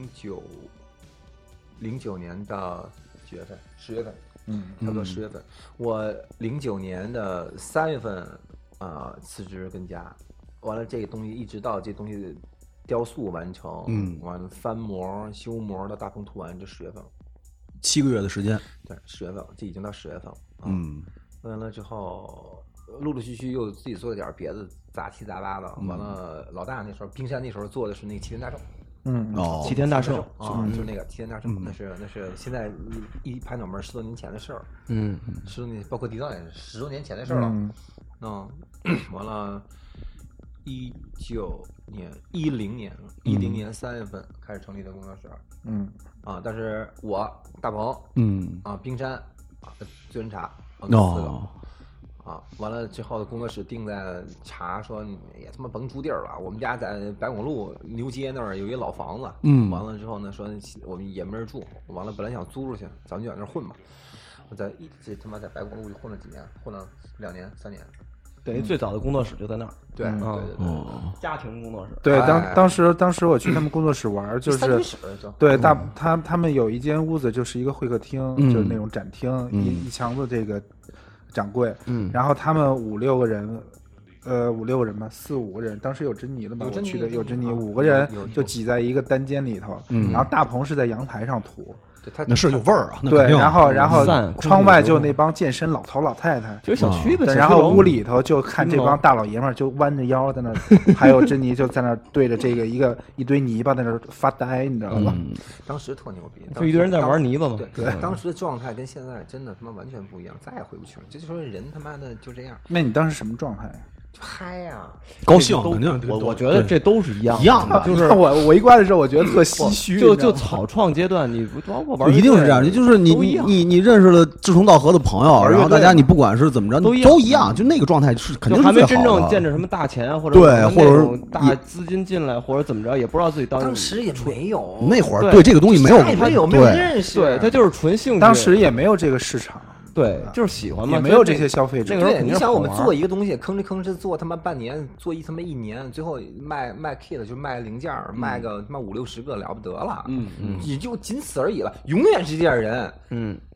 09年的10月份，10月份，差不多10月份。我09年的3月份，辞职跟家，完了这个东西一直到这东西雕塑完成，完了翻模、修模到大棚涂完，就10月份了 ，7个月的时间。 对，10月份，这已经到10月份了。完了之后，陆陆续续又自己做了点别的杂七杂八的。完了，老大那时候，冰山那时候做的是那个齐天大圣。 齐天大圣就是那个齐天大圣，那是现在一拍脑门10多年前的事儿，10多年，包括地藏也是10多年前的事儿了。完了，10年3月份开始成立的工作室，但是我大鹏，冰山，最人茶，4个。完了之后的工作室定在查说也他妈甭住地儿了，我们家在白广路牛街那儿有一老房子，完了之后呢说我们也没人住，完了本来想租出去，咱们就在那儿混吧。我这他妈在白广路就混了几年，混了2年3年， 等于最早的工作室就在那儿。 对， 家庭工作室。 对，当时我去他们工作室玩，就是对他们有一间屋子就是一个会客厅，就是那种展厅，一墙的这个。掌柜，然后他们5、6个人，5、6个人吧，4、5个人，当时有珍妮的吧，我去的有珍妮，5个人就挤在一个单间里头，然后大鹏是在阳台上涂。 那是有味儿啊， 对，然后窗外就那帮健身老头老太太， 就小区的， 然后屋里头就看这帮大老爷们儿就弯着腰在那，还有珍妮就在那对着这个一堆泥巴在那发呆，你知道吧？ 当时特牛逼， 就一堆人在玩泥巴嘛。 对，当时的状态跟现在真的他妈完全不一样，再也回不去了。这就说人他妈的就这样。 那你当时什么状态？ 嗨呀， 高兴，肯定。 我觉得这都是一样的， 就是我一关的时候，我觉得特唏嘘。 就草创阶段，你包括玩， 一定是这样。就是你认识了志同道合的朋友，然后大家你不管是怎么着，都一样。就那个状态是肯定是还没真正见着什么大钱或者对，或者大资金进来，或者怎么着，也不知道自己当时也没有那会儿对这个东西没有认识， 对他就是纯兴趣。 当时也没有这个市场。 对，就是喜欢嘛， 也没有这些消费者。 对，你想我们做一个东西，吭哧做他妈半年，做他妈1年，最后卖 kit 就卖零件，卖个他妈50、60个了不得了，也就仅此而已了，永远是这样人，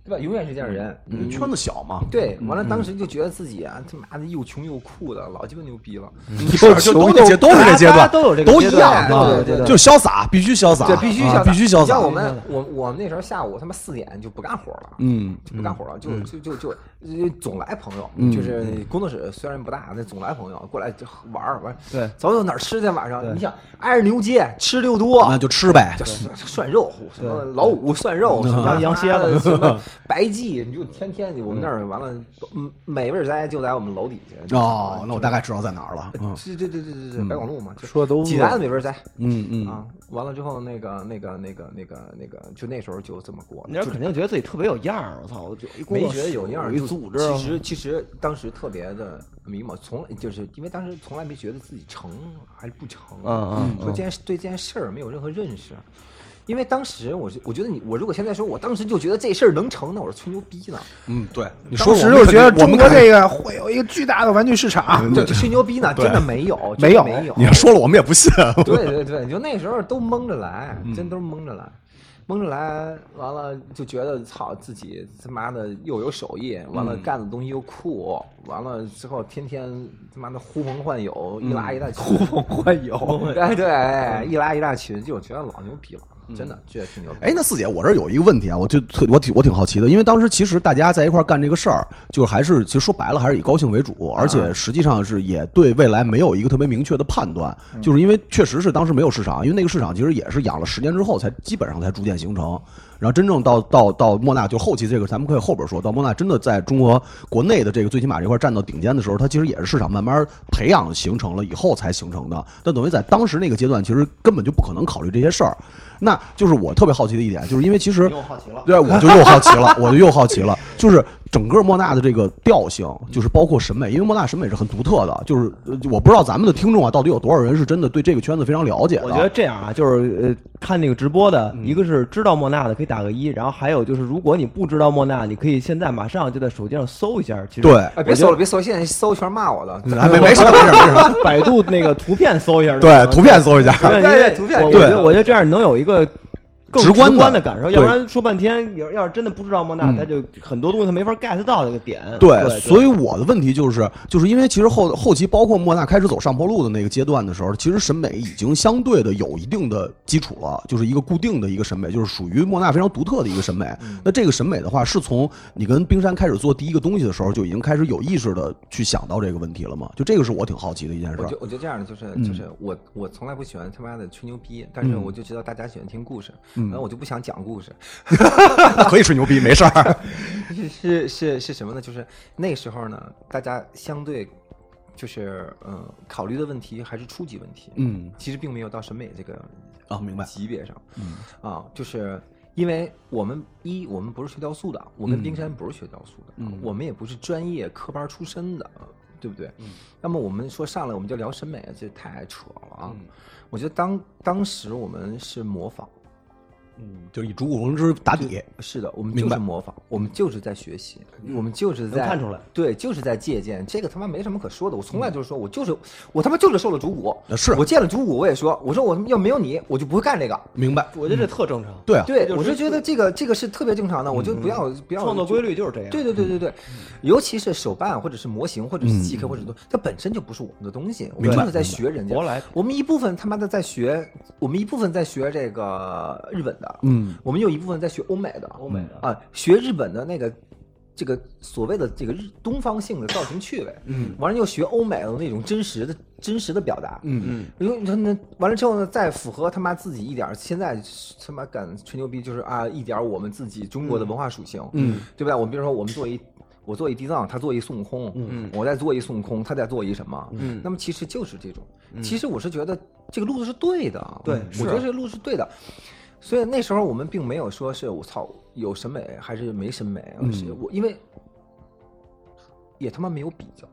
对吧？永远是这样的人， 圈子小嘛。 对，完了当时就觉得自己啊，他妈的又穷又酷的，老鸡巴牛逼了。 就都是这阶段， 都有这个都一样啊， 就是潇洒，必须潇洒， 对，必须潇洒， 必须潇洒。 像我们那时候下午他妈4点就不干活了，就不干活了，就总来朋友，就是工作室虽然不大，那总来朋友过来玩， 对， 走哪儿吃去晚上？你想挨着牛街吃的又多， 那就吃呗， 涮肉，什么老五涮肉，什么羊蝎子， 什么白记，你就天天我们那儿完了，美味斋就在我们楼底下。 哦，那我大概知道在哪儿了。 对，白广路嘛， 说的都济南的美味斋。 啊， 完了之后那个，就那时候就这么过。 你肯定觉得自己特别有样儿，我操，就没觉得有样儿， 有组织。 其实当时特别的迷茫，就是因为当时从来没觉得自己成还是不成，说对这件事儿没有任何认识。因为当时我觉得我如果现在说我当时就觉得这事儿能成，那我是吹牛逼呢。 对， 当时就觉得中国这个会有一个巨大的玩具市场， 对，吹牛逼呢，真的没有。 你要说了，我们也不信。 对，就那时候都蒙着来，真都是蒙着来，完了就觉得操自己他妈的又有手艺，完了干的东西又酷，完了之后天天他妈的呼朋唤友，一拉一大群， 呼朋唤友， 对，一拉一大群，就觉得老牛逼了。真的，这挺牛逼。 那四姐，我这有一个问题啊，我挺好奇的，因为当时其实大家在一块干这个事儿，就是其实说白了还是以高兴为主，而且实际上是也对未来没有一个特别明确的判断，就是因为确实是当时没有市场，因为那个市场其实也是养了10年之后才基本上才逐渐形成。然后真正到莫纳，就后期这个咱们可以后边说到莫纳真的在中国国内的这个最起码这块站到顶尖的时候，它其实也是市场慢慢培养形成了以后才形成的。但等于在当时那个阶段，其实根本就不可能考虑这些事儿。那就是我特别好奇的一点，就是因为其实又好奇了， 对，我就又好奇了，就是整个莫纳的这个调性，就是包括审美，因为莫纳审美是很独特的，就是我不知道咱们的听众啊，到底有多少人是真的对这个圈子非常了解的。 我觉得这样啊，就是看那个直播的，一个是知道莫纳的可以打个1，然后还有就是如果你不知道莫纳，你可以现在马上就在手机上搜一下。其实对， 别搜了，现在搜全骂我的， 没事， 百度那个图片搜一下， 对，图片搜一下， 对，图片， 我觉得这样能有一个更直观的感受，要不然说半天，要是真的不知道莫纳，他就很多东西他没法 get 到那个点。 对，所以我的问题就是因为其实后期包括莫纳开始走上坡路的那个阶段的时候，其实审美已经相对的有一定的基础了，就是一个固定的一个审美，就是属于莫纳非常独特的一个审美。那这个审美的话，是从你跟冰山开始做第一个东西的时候，就已经开始有意识的去想到这个问题了吗？就这个是我挺好奇的一件事。 我觉得这样的就是我从来不喜欢他妈的吹牛逼，但是我就知道大家喜欢听故事。然后我就不想讲故事， 可以吹牛逼，没事儿。 是什么呢？就是那时候呢，大家相对就是考虑的问题还是初级问题，其实并没有到审美这个明白级别上，就是因为我们不是学雕塑的，我跟冰山不是学雕塑的，我们也不是专业科班出身的，对不对？那么我们说上来我们就聊审美，这太扯了啊！我觉得当时我们是模仿。 就以主骨龙之打底， 是的，我们就是模仿，我们就是在学习，我们就是在看出来， 对，就是在借鉴。这个他妈没什么可说的，我从来就是说我他妈就是受了主骨， 是我见了主骨，我也说，我说我要没有你，我就不会干这个。 明白？ 我觉得这特正常。 对啊， 对，我就觉得这个是特别正常的，我就不要创作规律就是这样。 对，尤其是手办或者是模型或者是机壳或者它本身就不是我们的东西，我们就是在学人家。我们一部分他妈的在学，我们一部分在学这个日本的。我们有一部分在学欧美的啊，学日本的这个所谓的这个东方性的造型趣味，完了又学欧美的那种真实的表达，因为那完了之后呢，再符合他妈自己一点，现在他妈敢吹牛逼就是一点我们自己中国的文化属性，对不对？我们比如说我做一地藏，他做一孙悟空，我再做一孙悟空，他再做一什么，那么其实就是这种，其实我是觉得这个路子是对的， 对， 我觉得这个路是对的。所以那时候我们并没有说是我操有审美还是没审美，因为也他妈没有比较，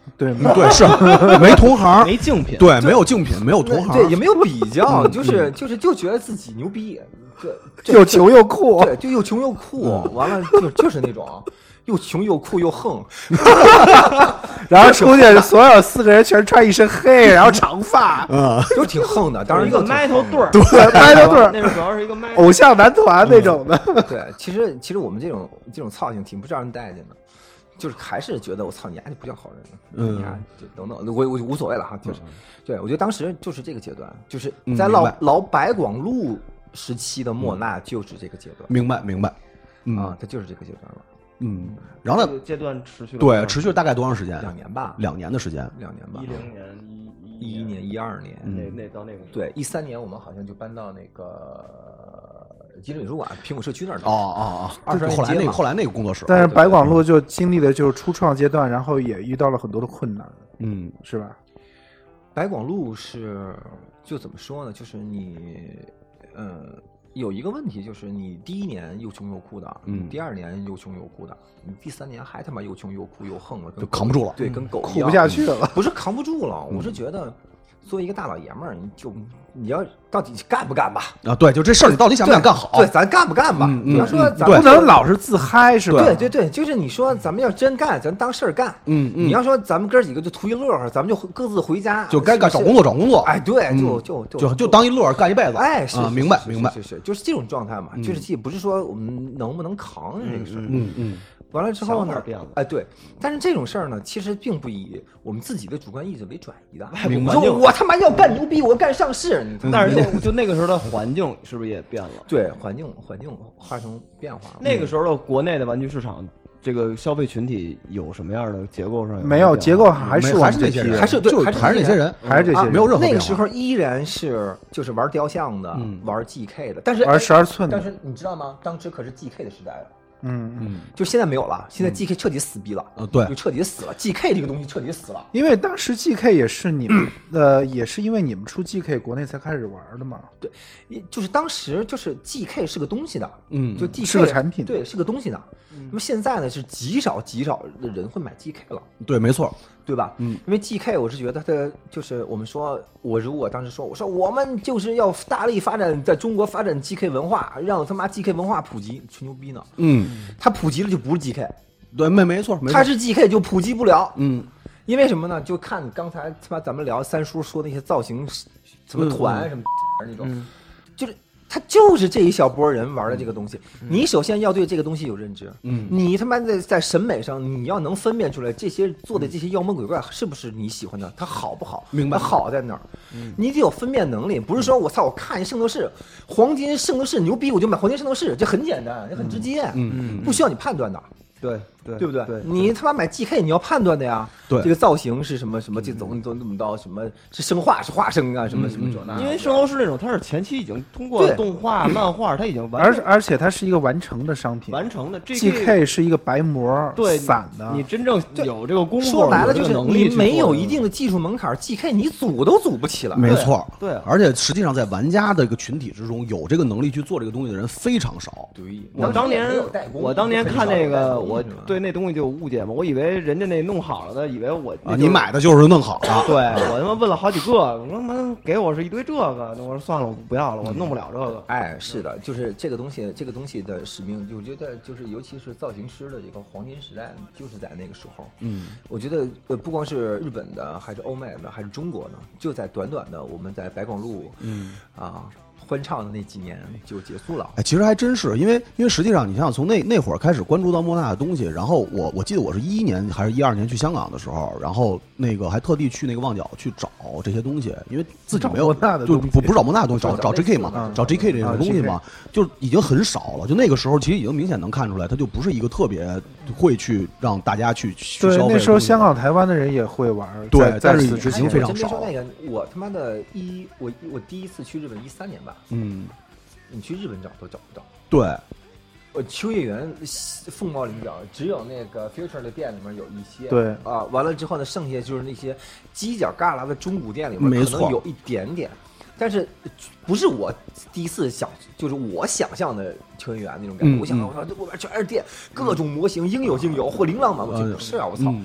对对是没同行， 没竞品， 对，没有竞品，没有同行， 对，也没有比较，就觉得自己牛逼， 又穷又酷， 对，就又穷又酷，完了就是那种又穷又酷又横， 然后出去所有4个人全穿一身黑，然后长发， 就挺横的。当然一个埋头队儿， 对，埋头队儿， 那时候主要是一个偶像男团那种的。 对，其实我们这种操性挺不招人待见的。就是还是觉得我操你丫就不像好人，你丫就等等，我无所谓了哈，就是，对我觉得当时就是这个阶段，就是在老白广路时期的莫娜就是这个阶段， 明白， 啊，它就是这个阶段了， 然后呢， 阶段持续了对，持续了大概多长时间 ？2年吧 ，2年的时间 ，2年吧 ，10年、11年、 12年， 那到那个对，13年我们好像就搬到那个集美术馆苹果社区那儿的。 后来那个工作室， 但是白广路就经历的就是初创阶段，然后也遇到了很多的困难，是吧？ 白广路就怎么说呢？就是你，有一个问题，就是你第1年又穷又酷的，第2年又穷又酷的，你第3年还他妈又穷又酷又横了， 就扛不住了， 对，跟狗一样，苦不下去了。 不是扛不住了，我是觉得作为一个大老爷们儿，你要到底干不干吧？啊， 对，就这事儿你到底想不想干好？ 对，咱干不干吧？你要说咱不能老是自嗨，是吧？ 对，就是你说咱们要真干，咱当事儿干。你要说咱们哥几个就图一乐呵，咱们就各自回家， 就该干找工作。 哎，对， 就当一乐干一辈子。 哎，是明白， 就是这种状态嘛。就是也不是说我们能不能扛这个事儿。完了之后呢？哎，对，但是这种事儿呢，其实并不以我们自己的主观意志为转移的。 明白。 我他妈要干牛逼，我干上市。 但是就那个时候的环境是不是也变了？ 对，环境发生变化了。 那个时候的国内的玩具市场，这个消费群体有什么样的结构上？ 没有结构，还是那些人， 还是这些人， 没有任何。 那个时候依然是就是玩雕像的，玩 GK 的，但是玩12寸的。 但是你知道吗？当时可是 GK 的时代了。就现在没有了，现在 GK 彻底死逼了， 对， 就彻底死了。GK 这个东西彻底死了， 因为当时 GK 也是你们也是因为你们出 GK 国内才开始玩的嘛。 对，就是当时就是 GK 是个东西的，就 GK 是个产品， 对，是个东西的。那么现在呢，是极少的人会买 GK 了， 对，没错， 对吧？因为 GK 我是觉得它就是我们说，如果当时说我们就是要大力发展在中国发展 GK 文化，让他妈 GK 文化普及，吹牛逼呢。它普及了就不是 GK， 对，没错， 它是 GK 就普及不了。因为什么呢？就看刚才他妈咱们聊三叔说那些造型，什么团什么那种，就是他就是这一小波人玩的这个东西。你首先要对这个东西有认知，你他妈在审美上你要能分辨出来这些做的这些妖魔鬼怪是不是你喜欢的，它好不好？ 明白？ 它好在哪儿？你得有分辨能力，不是说我操，我看一圣斗士，黄金圣斗士牛逼，我就买黄金圣斗士，这很简单，也很直接，不需要你判断的。对不对？你他妈买 GK 你要判断的呀。对，这个造型是什么，这怎么到什么是生化是化生啊，什么这那。 因为圣斗士那种，它是前期已经通过动画、漫画，它已经而且它是一个完成的商品， 完成的。 GK 是一个白膜， 对， 散的。 你真正有这个功夫， 说白了就是你没有一定的技术门槛 ，GK 你组都组不起来。 没错， 对。 而且实际上在玩家的一个群体之中，有这个能力去做这个东西的人非常少。 对， 我当年看那个，我对那东西就有误解嘛，我以为人家那弄好了的，以为我你买的就是弄好了。 对，我他妈问了好几个，我说他妈给我是一堆这个，我说算了，我不要了，我弄不了这个。 哎，是的，就是这个东西的使命，我觉得就是尤其是造型师的这个黄金时代，就是在那个时候。我觉得不光是日本的，还是欧美的，还是中国的，就在短短的我们在白广路，欢唱的那几年就结束了。 哎，其实还真是，因为实际上你想想，从那会儿开始关注到莫娜的东西，然后我记得我是11年还是12年去香港的时候，然后那个还特地去那个旺角去找这些东西，因为自己没有就不是找莫娜的东西，找 JK 嘛，找 JK 这种东西嘛，就已经很少了。就那个时候其实已经明显能看出来，它就不是一个特别会去让大家去消费。 对，那时候香港、台湾的人也会玩， 对，但是已经非常少。 说那个，我他妈的我第一次去日本13年吧。你去日本找都找不到。 对， 秋叶原凤毛麟角，只有那个 Future 的店里面有一些。 对啊，完了之后呢，剩下就是那些犄角旮旯的中古店里面可能有一点点，但是不是我第一次就是我想象的秋叶原那种感觉。我想我说这后边全是店，各种模型应有尽有，或琳琅满目。不是啊，我操！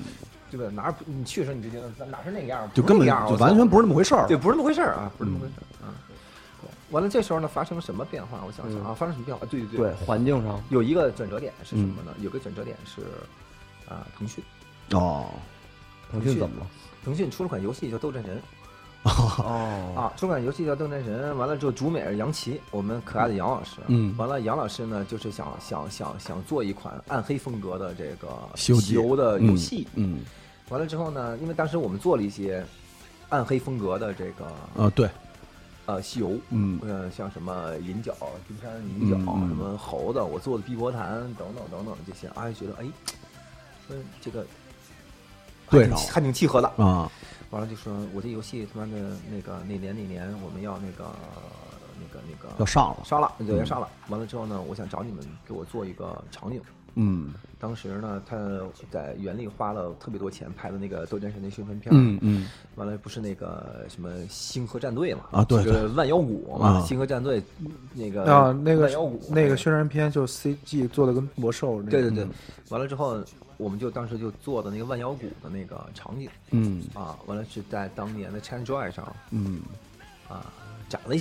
对吧？哪你去的时候你就觉得哪是那个样， 就根本就完全不是那么回事儿， 对，不是那么回事儿啊，不是那么回事儿啊。完了，这时候呢发生了什么变化？我想想啊，发生什么变化？对， 环境上有一个转折点是什么呢？有个转折点是腾讯。 腾讯怎么了？ 腾讯出了款游戏叫《斗战神》。出款游戏叫《斗战神》，完了之后主美是杨奇，我们可爱的杨老师。完了杨老师呢，就是想做一款暗黑风格的这个西游的游戏。完了之后呢，因为当时我们做了一些暗黑风格的这个对。 西游，像什么银角、金山银角，什么猴子，我做的碧波潭等等这些，觉得说这个对还挺契合的啊。 完了就说我这游戏他妈的哪年我们要那个要上了， 对，要上了。完了之后呢，我想找你们给我做一个场景。当时呢，他在原力花了特别多钱拍的那个斗战神的宣传片。完了不是那个什么星河战队嘛？ 对， 这个万妖谷嘛，星河战队那个万妖谷那个宣传片就 CG 做的跟魔兽。 对。完了之后，我们当时就做的那个万妖谷的那个场景。完了是在当年的 ChinaJoy 上。展了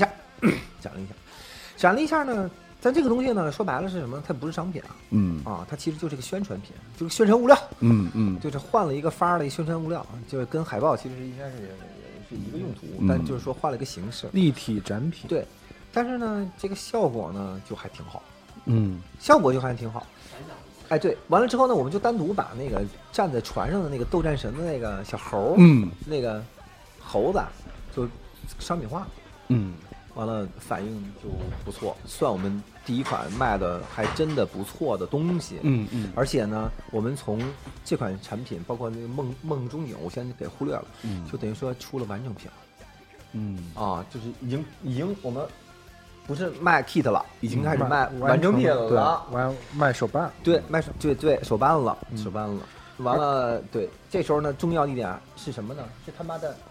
一下呢。但这个东西呢，说白了是什么？它不是商品啊，它其实就是个宣传品，就是宣传物料。就是换了一个发的一宣传物料，就是跟海报其实应该是一个用途，但就是说换了一个形式， 立体展品。 对，但是呢，这个效果呢就还挺好。效果就还挺好。对，完了之后呢，我们就单独把那个站在船上的那个斗战神的那个小猴，那个猴子就商品化。完了反应就不错，算我们第一款卖的还真的不错的东西。而且呢，我们从这款产品，包括那个梦中影，我先给忽略了，就等于说出了完整品。就是已经我们不是卖 kit 了，已经开始卖完整品了。 卖手办。 对，对手办了，完了，对，这时候呢，重要一点是什么呢？是他妈的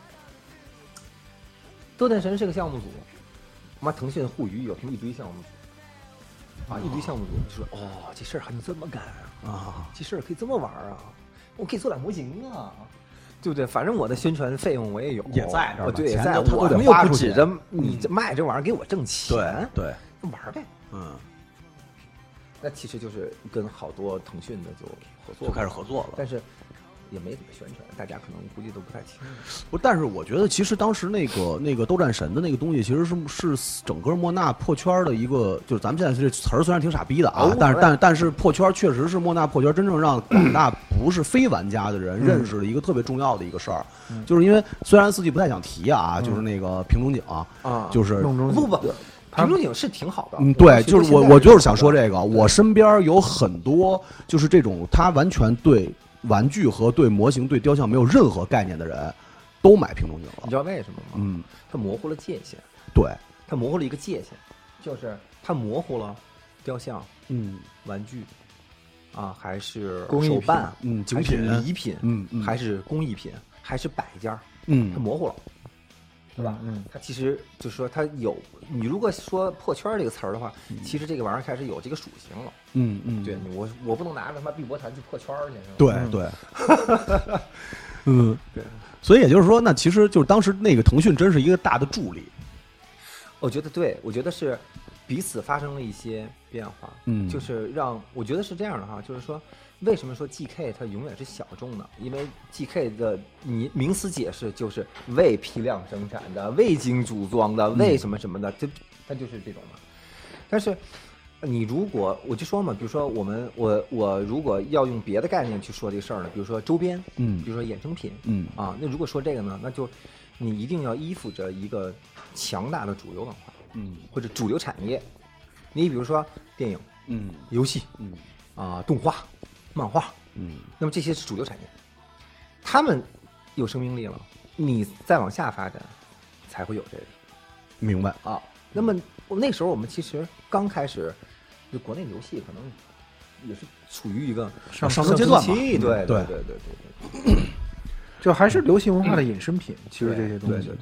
斗战神是个项目组。妈，腾讯互娱有他妈一堆项目组，一堆项目组就说这事儿还能这么干这事儿可以这么玩我可以做俩模型对不对？反正我的宣传费用我也有， 也在这儿， 对，也在，我又不指着你这卖这玩意儿给我挣钱， 对， 玩呗，那其实就是跟好多腾讯的就开始合作了， 但是也没怎么宣传，大家可能估计都不太清楚。 不，但是我觉得其实当时那个斗战神的那个东西，其实是整个莫纳破圈的一个，就是咱们现在这词儿虽然挺傻逼的但是破圈确实是莫纳破圈真正让广大不是非玩家的人认识了一个特别重要的一个事儿，就是因为虽然四季不太想提就是那个平中景就是不。平中景是挺好的， 对，就是我就是想说这个，我身边有很多就是这种他完全对玩具和对模型、对雕像没有任何概念的人，都买平中景了。 你知道为什么吗？它模糊了界限。 对， 它模糊了一个界限，就是它模糊了雕像、玩具还是手办、 精品、 礼品、还是工艺品，还是摆件，它模糊了。对吧？它其实就是说，它有你如果说破圈这个词儿的话，其实这个玩意儿开始有这个属性了。对，我不能拿着他妈碧波潭去破圈去。 对，对。所以也就是说，那其实就是当时那个腾讯真是一个大的助力。 我觉得对，我觉得是彼此发生了一些变化。就是我觉得是这样的哈，就是说。为什么说 GK 它永远是小众的？因为 GK 的名词解释就是未批量生产的、未经组装的、未什么什么的，它就是这种的。但是你如果我就说嘛，比如说我如果要用别的概念去说这个事儿呢，比如说周边，比如说衍生品，那如果说这个呢，那就你一定要依附着一个强大的主流文化，或者主流产业。你比如说电影，游戏，动画。漫画，那么这些是主流产业，他们有生命力了，你再往下发展，才会有这个。 明白啊？那么那时候我们其实刚开始，就国内的游戏可能也是处于一个上升阶段嘛。 对， 就还是流行文化的衍生品。其实这些东西， 对。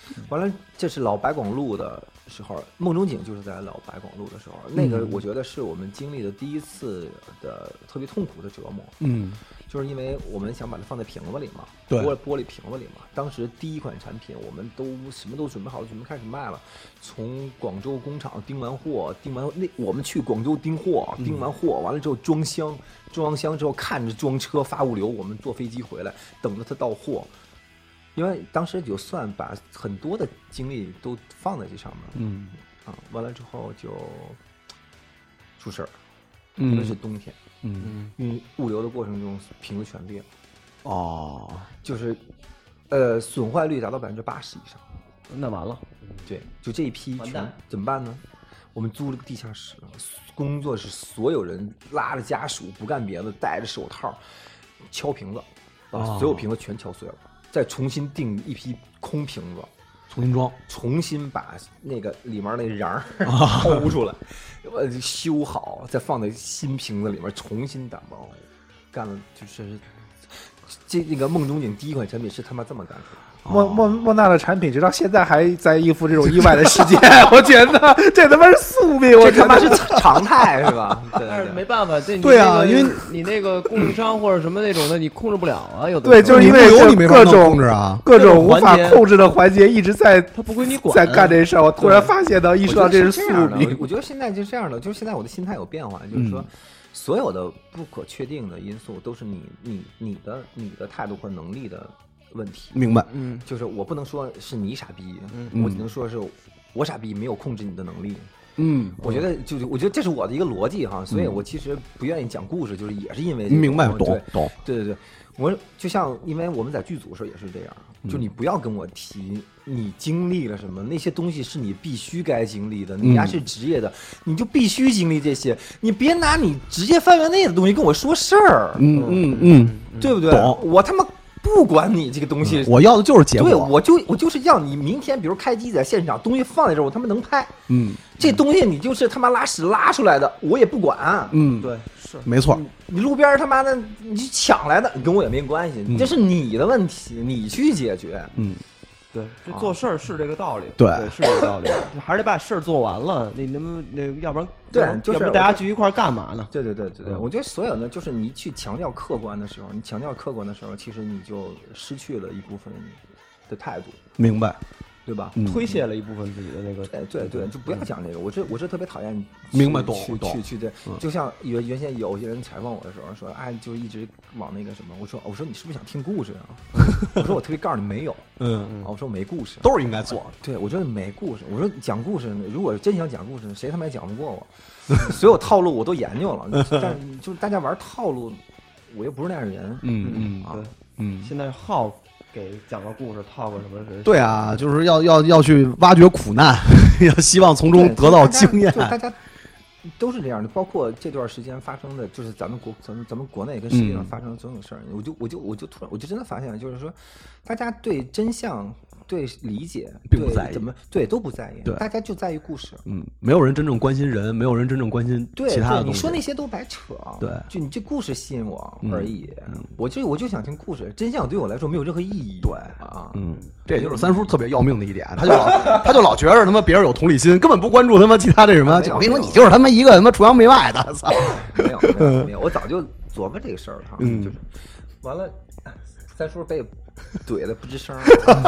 完了，这是老白广路的时候，梦中井就是在老白广路的时候，那个我觉得是我们经历的第一次的特别痛苦的折磨。就是因为我们想把它放在瓶子里嘛， 对， 玻璃瓶子里嘛。当时第一款产品我们都什么都准备好了，准备开始卖了。从广州工厂订完货，我们去广州订货，订完货完了之后装箱，装完箱之后看着装车发物流，我们坐飞机回来，等着它到货。因为当时就算把很多的精力都放在这上面，完了之后就出事儿，因为是冬天。物流的过程中瓶子全裂，就是损坏率达到80%以上， 那完了。 对，就这一批全怎么办呢？我们租了个地下室，工作室所有人拉着家属不干别的，戴着手套敲瓶子，把所有瓶子全敲碎了，再重新订一批空瓶子。 重新装， 重新把那个里面那瓤抠出来，修好，再放在新瓶子里面重新打包，干了就是那个梦中井第一款产品是他妈这么干出来。 莫纳的产品直到现在还在应付这种意外的事件，我觉得这他妈是宿命， 这他妈是常态是吧？ 但是没办法， 对啊，因为你那个供应商或者什么那种的，你控制不了啊。有的对，就是因为各种控制啊， 各种无法控制的环节一直在， 他不归你管， 在干这事儿。我突然发现到，意识到这是宿命。 我觉得现在就是这样的，就是现在我的心态有变化，就是说。所有的不可确定的因素都是你的态度或能力的问题。 明白， 就是我不能说是你傻逼，我只能说是我傻逼没有控制你的能力。我觉得这是我的一个逻辑哈，所以我其实不愿意讲故事，就是也是因为明白懂， 对，我就像因为我们在剧组的时候也是这样，就你不要跟我提你经历了什么，那些东西是你必须该经历的，你还是职业的，你就必须经历这些，你别拿你职业范围内的东西跟我说事儿，对不对？我他妈不管你这个东西， 我要的就是结果。 对，我就是要你明天，比如开机在现场，东西放在这儿，我他妈能拍。这东西你就是他妈拉屎拉出来的，我也不管。 对，是没错。 你路边他妈的你抢来的，跟我也没关系，这是你的问题，你去解决。 对，这做事儿是这个道理， 对， 是这个道理，还是得把事儿做完了。你能不能要不然对，就是要不大家聚一块儿干嘛呢？ 对，我觉得所有的就是你去强调客观的时候，其实你就失去了一部分的态度。 明白。 对吧？ 推卸了一部分自己的那个。 对，就不要讲这个。我是特别讨厌。 明白，懂。 去这，就像原先有些人采访我的时候说，哎，就一直往那个什么。我说你是不是想听故事啊？我说我特别告诉你没有。我说没故事， 都是应该做。 对，我觉得没故事。我说讲故事，如果真想讲故事，谁他妈也讲不过我。所有套路我都研究了，但就是大家玩套路，我又不是那样的人。 现在好。给讲个故事，套个什么？ 对啊，就是要去挖掘苦难，要希望从中得到经验。 大家都是这样的，包括这段时间发生的，就是咱们国内跟世界上发生的所有事儿，我就突然真的发现，就是说，大家对真相。对理解并不在意， 怎么对都不在意，大家就在意故事。 没有人真正关心人，没有人真正关心其他的东西。 你说那些都白扯。 对， 就你这故事吸引我而已。我就想听故事，真相对我来说没有任何意义。 对这也就是三叔特别要命的一点，他就老觉着他妈别人有同理心，根本不关注他妈其他这什么。我跟你说，你就是他妈一个他妈崇洋媚外的。操！ 没有，我早就琢磨这个事儿了。就是完了。三叔被怼的不吱声，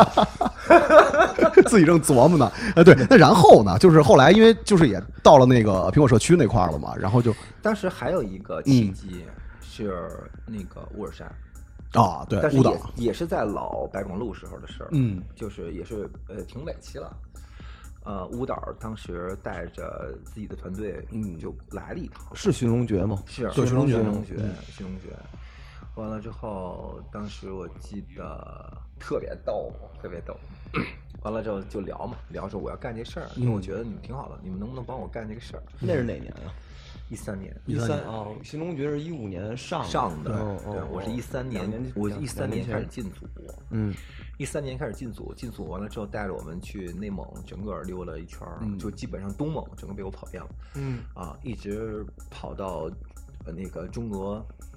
自己正琢磨呢。对，那然后呢？就是后来，因为就是也到了那个苹果社区那块了嘛，然后就当时还有一个契机是那个乌尔善啊，对， 但是也是在老白广路时候的事儿，就是也是挺委屈了。乌导当时带着自己的团队，就来了一趟， 是寻龙诀吗？ 是对，寻龙诀。 完了之后，当时我记得特别逗。完了之后就聊嘛，聊说我要干这事儿，因为我觉得你们挺好的，你们能不能帮我干这个事儿？ 那是哪年啊 ？13年。 哦，寻龙诀是15年上的。对，我是13年，我13年开始进组。13年开始进组完了之后，带着我们去内蒙整个溜了一圈，就基本上东蒙整个被我跑遍了。一直跑到那个中俄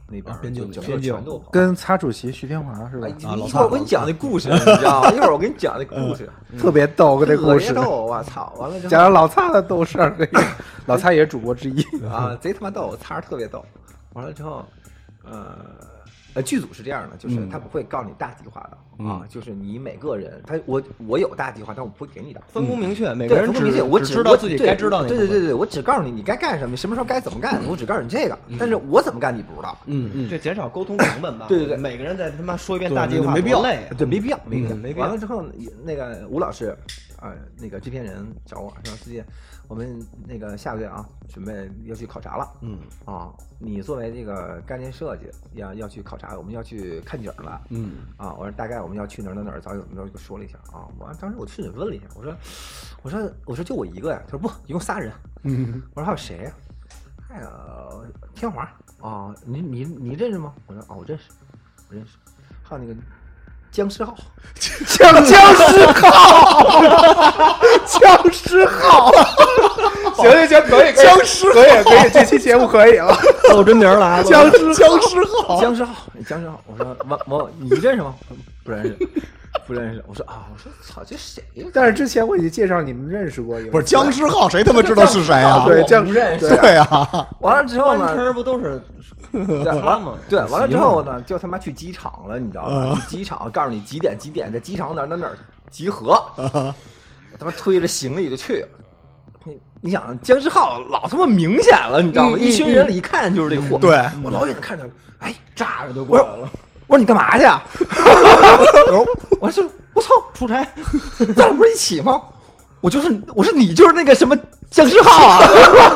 那边边境全都跑。 跟擦主席徐天华是吧？ 一会儿我给你讲那故事，你知道吗？一会儿我给你讲那故事， 特别逗，这故事。 逗，我操！完了之后讲老擦的逗事儿，老擦也是主播之一啊，贼他妈逗，擦特别逗。完了之后，剧组是这样的，就是他不会告诉你大计划的啊，就是你每个人，我有大计划，但我不会给你的， 分工明确，每个人我只知道自己该知道的。 对，我只告诉你你该干什么，什么时候该怎么干，我只告诉你这个，但是我怎么干你不知道。 这减少沟通成本吧。 对， 每个人再他妈说一遍大计划， 没必要， 对，没必要。完了之后，那个吴老师那个制片人找我说司机，我们那个下个月啊，准备要去考察了。你作为这个概念设计要去考察，我们要去看景了。我说大概我们要去哪儿，早有怎么着就说了一下啊。当时我顺嘴问了一下，我说就我一个呀。他说不，一共仨人。我说还有谁呀？还有天华啊，你认识吗？我说我认识。还有那个僵尸号， 僵尸号，行，可以，僵尸可以，这期节目可以了， 露真名了， 僵尸号。我说你认识吗？不认识。我说操，这谁呀？ 但是之前我已经介绍你们认识过， 不是僵尸号，谁他妈知道是谁啊？ 对，僵尸认识。 对啊。 完了之后呢？ 圈不都是？ 对，完了之后呢，就他妈去机场了，你知道吗？去机场告诉你几点，在机场哪儿集合，他妈推着行李就去。你想僵尸号老他妈明显了，你知道吗？一群人一看就是这货。 对， 我老远看着，炸着就过来了。我说你干嘛去？我说我操，出差，咱俩不是一起吗？我说你就是那个什么僵尸号啊！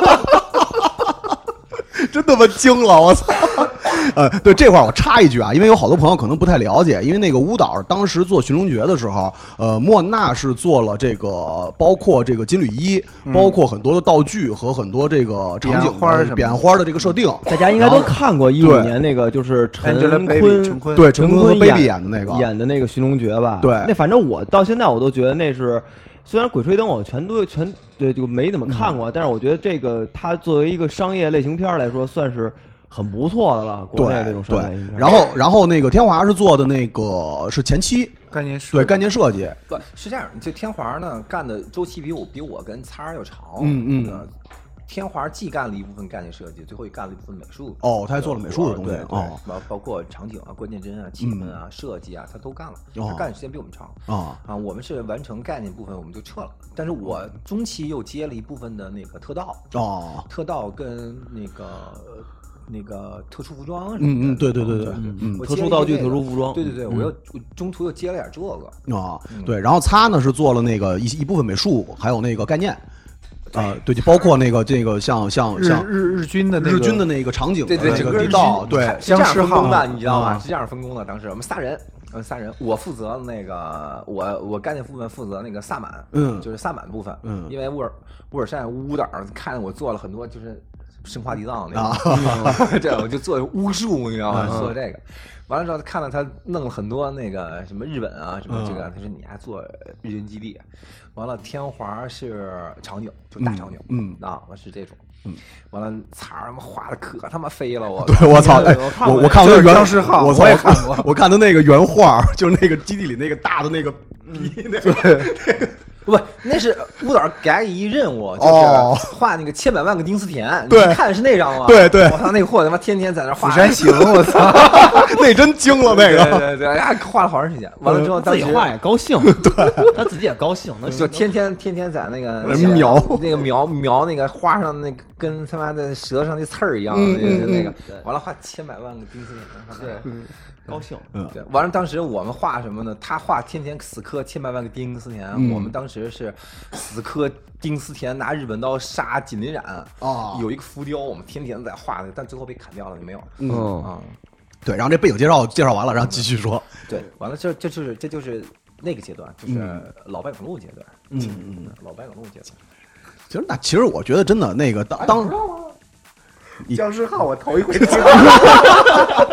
真他妈惊了，我操！对这块儿我插一句啊，因为有好多朋友可能不太了解，因为那个乌导当时做寻龙诀的时候，莫娜是做了这个，包括这个金缕衣，包括很多的道具和很多这个场景扁花的这个设定， 大家应该都看过15年那个就是陈坤对陈坤和 Baby 演的那个寻龙诀吧？ 对， 那反正我到现在我都觉得那是。虽然《鬼吹灯》我全对就没怎么看过，但是我觉得这个它作为一个商业类型片来说，算是很不错的了。国内这种商业类型片。然后那个天华是做的那个是前期概念设计。 不是这样，就天华呢干的周期比我跟擦要长。天华既干了一部分概念设计，最后也干了一部分美术。 他还做了美术的东西。 包括场景啊、关键帧啊、气氛啊、设计啊，他都干了。他干的时间比我们长。我们是完成概念部分我们就撤了，但是我中期又接了一部分的那个特道。特道跟那个特殊服装什么的。 对，特殊道具、特殊服装。 对，我中途又接了点这个。 对，然后他呢是做了那个一部分美术，还有那个概念。对，就包括那个这个像日军的那个场景， 对， 这个地道，对， 僵尸号的，你知道吗？是这样分工的。当时我们仨人，我负责那个我概念部分负责那个萨满，就是萨满部分，因为乌尔善乌导看我做了很多就是生化地藏那个，这我就做巫术，你知道吗？做这个。完了之后，看到他弄了很多那个什么日本啊什么这个，他说你还做日军基地。完了，天华是场景，就大场景，是这种。完了，彩儿他妈画的可他妈飞了，我。 对，我操！我看过僵尸号，我也看过。 我看他那个原画，就是那个基地里那个大的那个逼，那个。 不，那是乌导给一任务，就是画那个千百万个丁思甜。 对， 你看的是那张吗？ 对， 我操，那个货他妈天天在那画。 釜山行，我操， 那真惊了那个。对，画了好长时间。完了之后， 自己画也高兴，对，他自己也高兴， 就天天在那个描那个花上那个跟他妈的舌上那刺儿一样的那个。完了画千百万个丁思甜，对。 高兴， 对，完了，当时我们画什么呢？他画天天死磕千百万个丁思甜，我们当时是死磕丁思甜拿日本刀杀锦鳞染有一个浮雕，我们天天在画的，但最后被砍掉了，就没有了。 对，然后这背景介绍完了，然后继续说。 对，完了，这就是那个阶段，就是老白港路阶段。老白港路阶段。 其实我觉得真的那个当僵尸号我头一回听。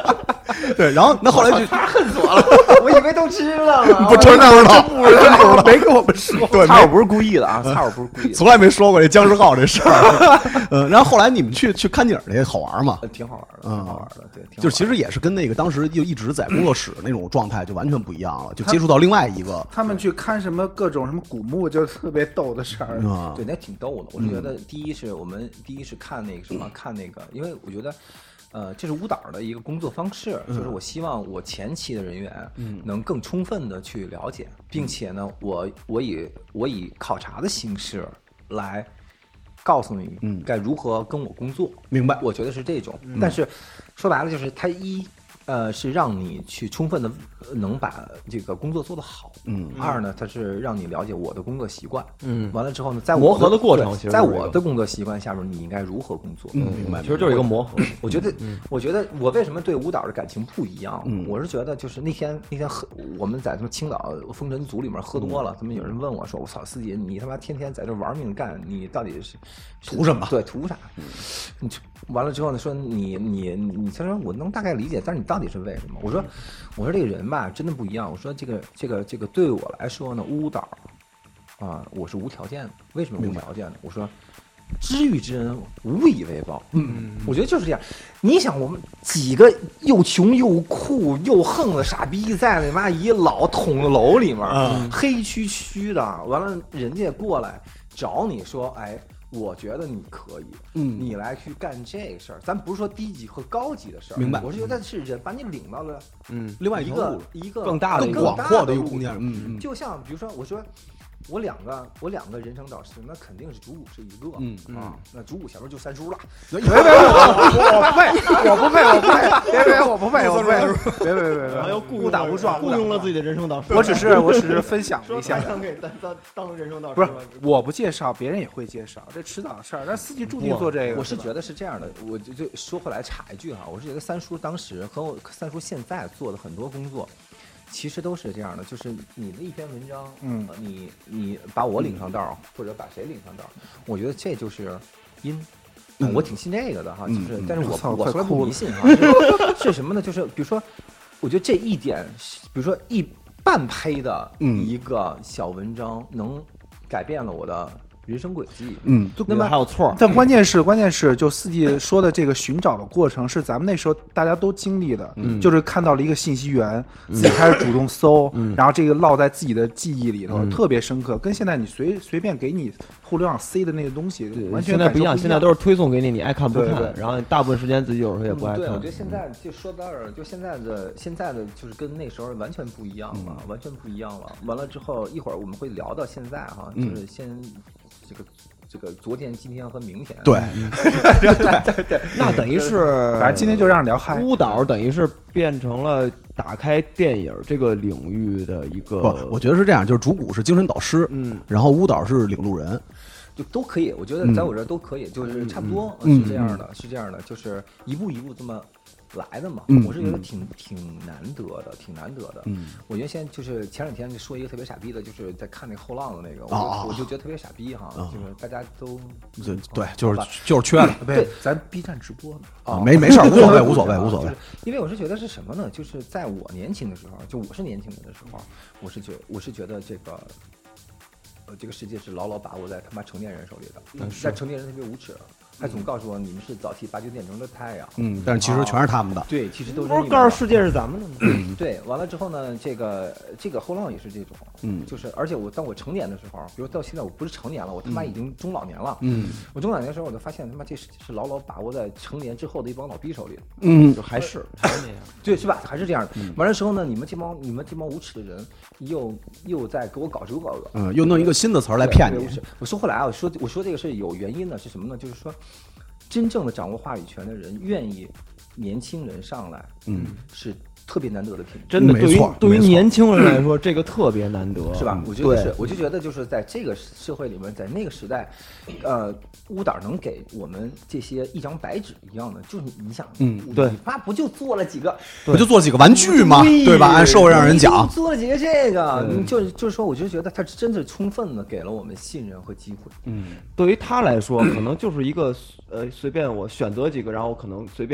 对，然后那后来就恨死我了，我以为都知道了， 不知道， 没跟我们说。 对， 擦我不是故意的啊，擦我不是故意的， 从来没说过这僵尸号这事儿。然后后来你们去看景去，好玩吗？ 挺好玩的，挺好玩的，对， 就是其实也是跟那个当时就一直在工作室那种状态就完全不一样了，就接触到另外一个。 他们去看什么各种什么古墓，就特别逗的事儿。 对，那挺逗的。我是觉得，第一是看那个什么，看那个，因为我觉得。这是舞蹈的一个工作方式，就是我希望我前期的人员能更充分的去了解，并且呢，我以考察的形式来告诉你该如何跟我工作。 明白？ 我觉得是这种，但是说白了就是它是让你去充分的能把这个工作做得好。二呢，它是让你了解我的工作习惯。完了之后呢，在磨合的过程，其实在我的工作习惯下面，你应该如何工作？ 明白。 其实就是一个磨合。 我觉得我为什么对舞蹈的感情不一样？我是觉得就是那天我们在什么青岛风尘组里面喝多了，怎么有人问我说：“我操，司机，你他妈天天在这玩命干，你到底是图什么？ 对，图啥？”完了之后呢，说你，他说我能大概理解，但是你到底是为什么？我说这个人吧，真的不一样。我说这个对我来说呢，舞蹈啊，我是无条件的。为什么无条件呢？我说知遇之恩，无以为报。我觉得就是这样。你想，我们几个又穷又酷又横的傻逼，在那妈一老筒楼里面，黑黢黢的，完了人家过来找你说，哎。我觉得你可以，你来去干这个事儿，咱不是说低级和高级的事儿， 明白？ 我是觉得是人把你领到了， 另外一个更大的、 更广阔的一个空间， 就像比如说，我说我两个人生导师，那肯定是主舞是一个，那主舞前面就三叔了， 别，我不配，别，我不配，别， 又误打误撞雇佣了自己的人生导师。 我只是分享一下， 给当人生导师。 不是，我不介绍，别人也会介绍，这迟早的事儿。那司机注定做这个。 我是觉得是这样的，我就说回来插一句哈，我是觉得三叔当时和三叔现在做的很多工作。其实都是这样的，就是你的一篇文章，你把我领上道，或者把谁领上道，我觉得这就是因，我挺信这个的哈，就是，但是我从来不迷信哈，是什么呢？就是比如说，我觉得这一点，比如说一半胚的一个小文章，能改变了我的人生轨迹， 那么还有错。 但关键是，就四季说的这个寻找的过程，是咱们那时候大家都经历的，就是看到了一个信息源，自己开始主动搜，然后这个烙在自己的记忆里头，特别深刻，跟现在你随便给你互联网塞的那个东西完全现在不一样，现在都是推送给你，你爱看不看，然后大部分时间自己有时候也不爱看。 对，我觉得现在就说到这儿，就现在的就是跟那时候完全不一样了，完全不一样了。完了之后，一会儿我们会聊到现在哈，就是先。这个昨天、今天和明天， 对， 那等于是， 反正今天就让聊嗨。 舞蹈等于是变成了打开电影这个领域的一个。 不，我觉得是这样，就是主鼓是精神导师，然后舞蹈是领路人， 就都可以。我觉得在我这儿都可以，就是差不多是这样的，是这样的，就是一步一步这么。来的嘛，我是觉得挺难得的，我原先就是前两天就说一个特别傻逼的，就是在看那个后浪的那个，我就觉得特别傻逼哈，就是大家都对，就是缺的， 对，咱 B 站直播呢，没事，无所谓， 因为我是觉得是什么呢？就是在我年轻的时候，就我是年轻人的时候，我是觉得这个世界是牢牢把握在他妈成年人手里的，但成年人特别无耻。还总告诉我你们是早期8、9点钟的太阳， 但是其实全是他们的。 对，其实都是告诉世界是咱们的嘛。对，完了之后呢，这个后浪也是这种，就是而且当我成年的时候，比如到现在我不是成年了，我他妈已经中老年了，我中老年的时候我就发现他妈这是牢牢把握在成年之后的一帮老逼手里， 就还是那样， 对，是吧？还是这样的。完了之后呢，你们这帮无耻的人又在给我搞这个， 又弄一个新的词儿来骗你。 我说回来啊，我说这个是有原因的，是什么呢？就是说。真正的掌握话语权的人，愿意年轻人上来，是特别难得的品质。 真的，对于年轻人来说，这个特别难得， 是吧？我觉得是，我就觉得就是在这个社会里面，在那个时代，舞蹈能给我们这些一张白纸一样的，就是你想， 对， 你妈不就做了几个， 不就做几个玩具吗？对吧？按社会上人讲， 做了几个这个，就是说，我就觉得他真的充分的给了我们信任和机会。 对于他来说，可能就是一个随便我选择几个，然后可能随便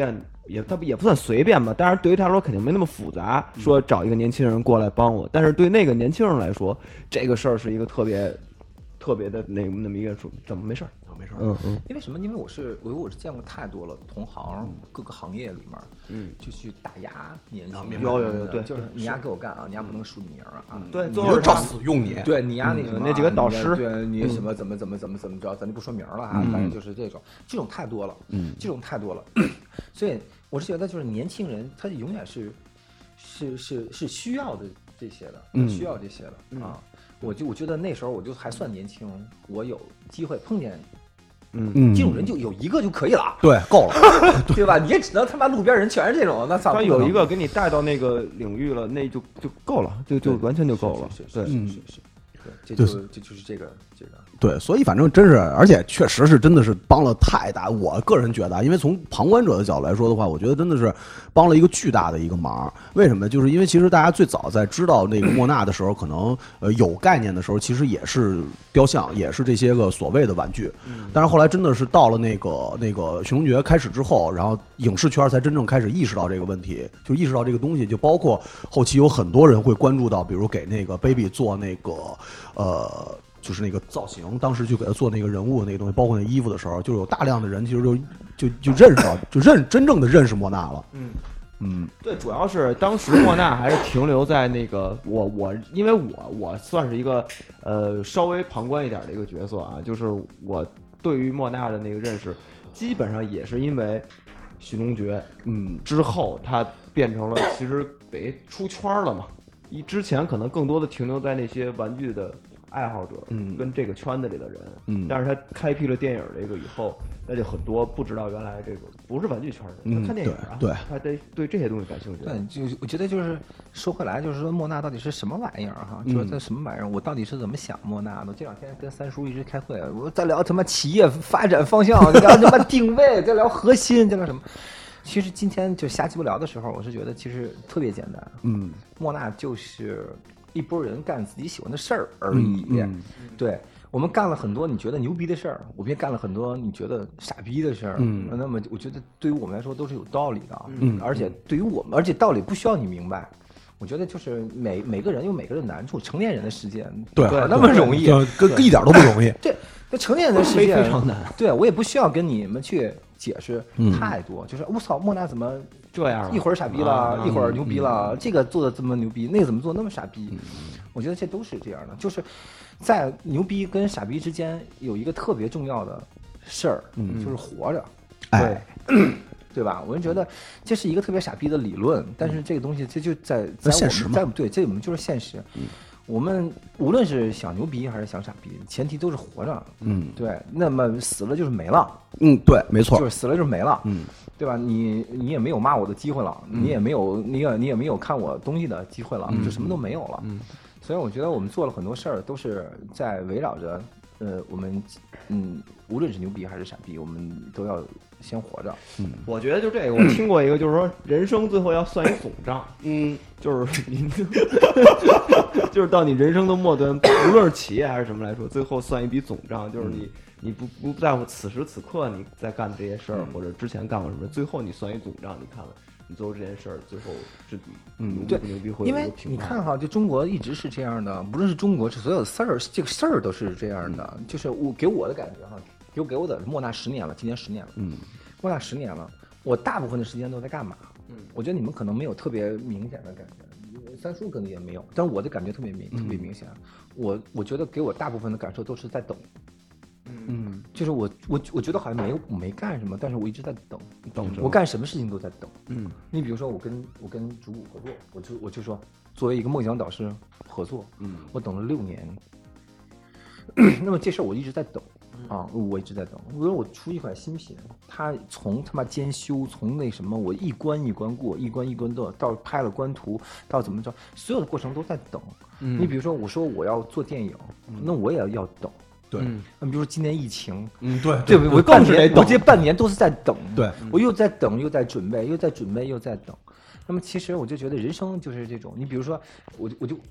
也不算随便吧，当然对于他来说肯定没那么复杂，说找一个年轻人过来帮我，但是对那个年轻人来说，这个事儿是一个特别的那么一个说怎么没事儿。 没事， 因为什么？因为我是见过太多了，同行各个行业里面，就去打压年轻人。 有，对， 就是你丫给我干啊，你丫不能署你名啊， 对， 你就照死用你， 对你丫那个那几个导师， 对你什么怎么着，咱就不说名了啊，反正就是这种太多了，这种太多了，所以我是觉得就是年轻人他永远是需要的这些的，需要这些的啊。我觉得那时候我就还算年轻，我有机会碰见。这种人就有一个就可以了， 对，够了， 对吧？你也只能他妈路边人全是这种，那他有一个给你带到那个领域了，那就够了，就完全就够了。 对，这就是这个。 对，所以反正真是，而且确实是真的是帮了太大。我个人觉得，因为从旁观者的角度来说的话，我觉得真的是帮了一个巨大的一个忙。为什么？就是因为其实大家最早在知道那个莫纳的时候，可能有概念的时候，其实也是雕像，也是这些个所谓的玩具。但是后来真的是到了那个寻龙诀开始之后，然后影视圈才真正开始意识到这个问题，就意识到这个东西，就包括后期有很多人会关注到，比如给那个 Baby 做那个就是那个造型，当时就给他做那个人物那个东西，包括那衣服的时候，就有大量的人其实就认识到，真正的认识莫纳了。 对，主要是当时莫纳还是停留在那个因为我算是一个稍微旁观一点的一个角色啊，就是我对于莫纳的那个认识，基本上也是因为寻龙诀，之后他变成了其实得出圈了嘛，之前可能更多的停留在那些玩具的爱好者，跟这个圈子里的人，但是他开辟了电影这个以后，那就很多不知道原来这个不是玩具圈的，他看电影啊， 对， 他对这些东西感兴趣。 对，就我觉得就是说回来，就是说莫纳到底是什么玩意儿哈？就是他什么玩意儿？我到底是怎么想莫纳的？这两天跟三叔一直开会，我在聊他妈企业发展方向，聊他妈定位，在聊核心，在聊什么？其实今天就瞎鸡巴聊的时候，我是觉得其实特别简单，莫纳就是一拨人干自己喜欢的事儿而已。对，我们干了很多你觉得牛逼的事儿，我们也干了很多你觉得傻逼的事儿。那么我觉得对于我们来说都是有道理的。而且对于我们，而且道理不需要你明白。我觉得就是每个人有每个人的难处，成年人的世界对那么容易， 跟一点都不容易。 对，那成年人的世界非常难。 对，我也不需要跟你们去解释太多，就是我操，莫纳怎么这样了？ 一会儿傻逼了，一会儿牛逼了，这个做的这么牛逼，那个怎么做那么傻逼？我觉得这都是这样的，就是在牛逼跟傻逼之间有一个特别重要的事儿，就是活着。对吧？我就觉得这是一个特别傻逼的理论，但是这个东西这就在现实嘛， 对，这我们就是现实。我们无论是想牛逼还是想傻逼，前提都是活着。对。那么死了就是没了。 对，没错， 就是死了就是没了。对吧？你也没有骂我的机会了，你也没有看我东西的机会了，就什么都没有了。所以我觉得我们做了很多事儿，都是在围绕着我们无论是牛逼还是傻逼，我们都要先活着。 我觉得就这个，我听过一个，就是说人生最后要算一总账。就是你，就是到你人生的末端，无论是企业还是什么来说，最后算一笔总账，就是你不在乎此时此刻你在干的这些事儿，或者之前干过什么，最后你算一总账，你看看你做这件事儿最后是对牛逼会有因为你看哈，就中国一直是这样的，不论是中国，是所有的事儿，这个事儿都是这样的。就是给我的感觉哈，给我的莫纳10年了，今年10年了，莫纳10年了，我大部分的时间都在干嘛？我觉得你们可能没有特别明显的感觉，三叔可能也没有，但我的感觉特别明显。我觉得给我大部分的感受都是在等。就是我觉得好像没干什么，但是我一直在等着。我干什么事情都在等。你比如说我跟主舞合作，我就说作为一个梦想导师合作，我等了6年。那么这事儿我一直在等啊，我一直在等。如果我出一款新品，它从他妈监修，从那什么，我一关一关过，一关一关的，到拍了官图，到怎么着，所有的过程都在等。你比如说我说我要做电影，那我也要等。对，那比如说今年疫情，对，我更是我这半年都是在等， 对， 我又在等，又在准备，又在准备，又在等。那么其实我就觉得人生就是这种，你比如说，我就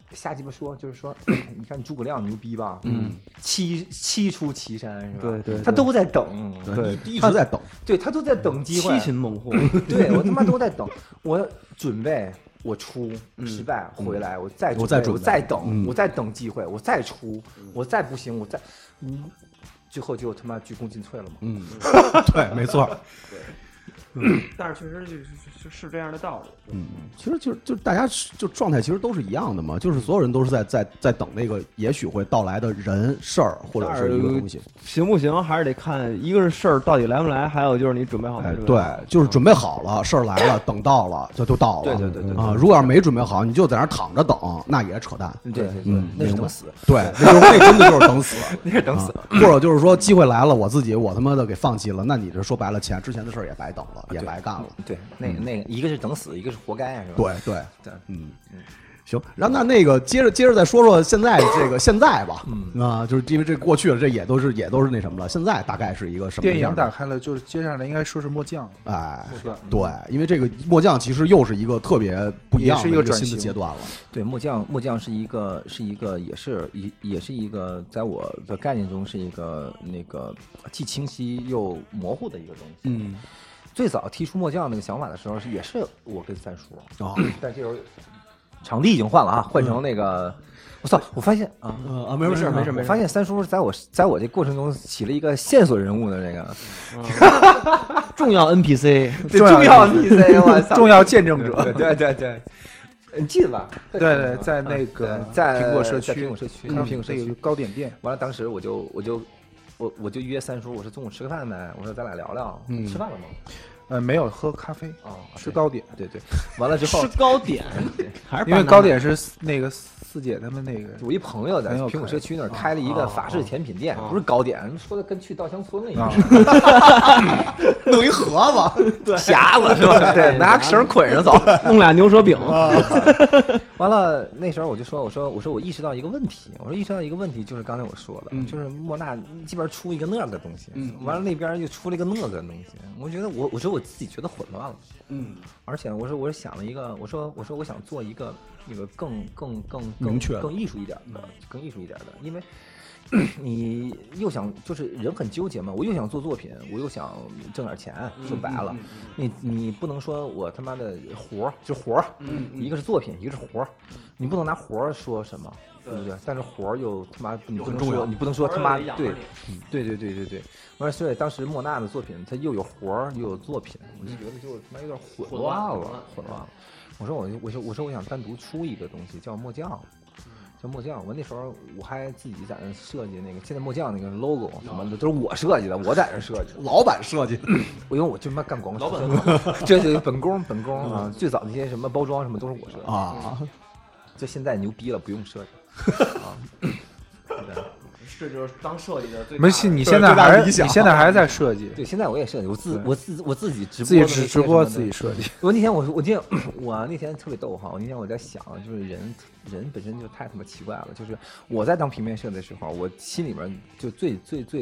瞎鸡巴说，就是说，你看诸葛亮牛逼吧？七出祁山是吧？ 对， 他都在等， 对，一直在等， 对他都在等机会， 七擒孟获。 对我他妈都在等，我准备。我出失败回来，我再等，我再等机会，我再出，我再不行，我再，最后就他妈鞠躬尽瘁了嘛。 对，没错。 但是确实是这样的道理。 其实就大家就状态其实都是一样的嘛，就是所有人都是在等那个也许会到来的人事儿或者是一个东西， 行不行还是得看，一个是事儿到底来不来，还有就是你准备好没？ 对，就是准备好了，事儿来了，等到了就到了。 对啊！如果要是没准备好，你就在那躺着等，那也扯淡。 对，那是等死。 对，那真的就是等死， 那是等死。 或者就是说机会来了，我他妈的给放弃了，那你这说白了，之前的事儿也白等了。也白干了， 对，那个一个是等死，一个是活该，是吧？ 对，行，然后那个接着再说现在现在吧，就是因为这过去了，这也都是那什么了。现在大概是一个什么电影打开了，就是接下来应该说是末将， 对，因为这个末将其实又是一个特别不一样的一个新的阶段了。 对，末将是一个也是一个在我的概念中是一个那个既清晰又模糊的一个东西。最早提出末将那个想法的时候，也是我跟三叔但这时候场地已经换了啊，换成那个，我操！我发现没事， 我发现三叔在我这过程中起了一个线索人物的这个重要 NPC， 重要 NPC， 我操， 重要见证者， 对，你记得吧？ 对，在那个在苹果社区， 苹果社区糕点店。 完了，当时我就约三叔，我说中午吃个饭呗，我说咱俩聊聊，吃饭了吗？ 没有，喝咖啡吃糕点。 对，完了之后吃糕点，还是因为糕点是那个四姐他们那个， 我一朋友在苹果社区那儿开了一个法式甜品店，不是糕点，说的跟去稻香村了一样， 弄一盒子， 对，匣子是吧？对，拿绳捆上走， 弄俩牛舌饼。 完了，那时候我就说，我说我意识到一个问题，就是刚才我说的，就是莫纳基本上出一个那个东西，完了那边又出了一个那个东西，我觉得我说我自己觉得混乱了，而且我说想了一个，我说我想做一个更明确、 更艺术一点的，因为你又想就是人很纠结嘛，我又想做作品，我又想挣点钱，说白了，你不能说我他妈的活就是活，一个是作品，一个是活，你不能拿活说什么，对不对？但是活又他妈你不能说他妈对，完了，所以当时莫纳的作品，它又有活又有作品，我就觉得就他妈有点混乱了。我说我想单独出一个东西叫末将。我那时候我还自己在那设计那个，现在末将那个 logo 什么的都是我设计的，我在那设计， 老板设计。 因为我就他妈干广告，老板，这本工啊，最早那些什么包装什么都是我设计啊。这现在牛逼了，不用设计啊。 这就是当设计的最没戏。你现在还在设计？ 对，现在我也设计，我自己直播自己设计。 我那天特别逗哈，我那天我在想，就是人本身就太他妈奇怪了，就是我在当平面设计的时候，我心里面就最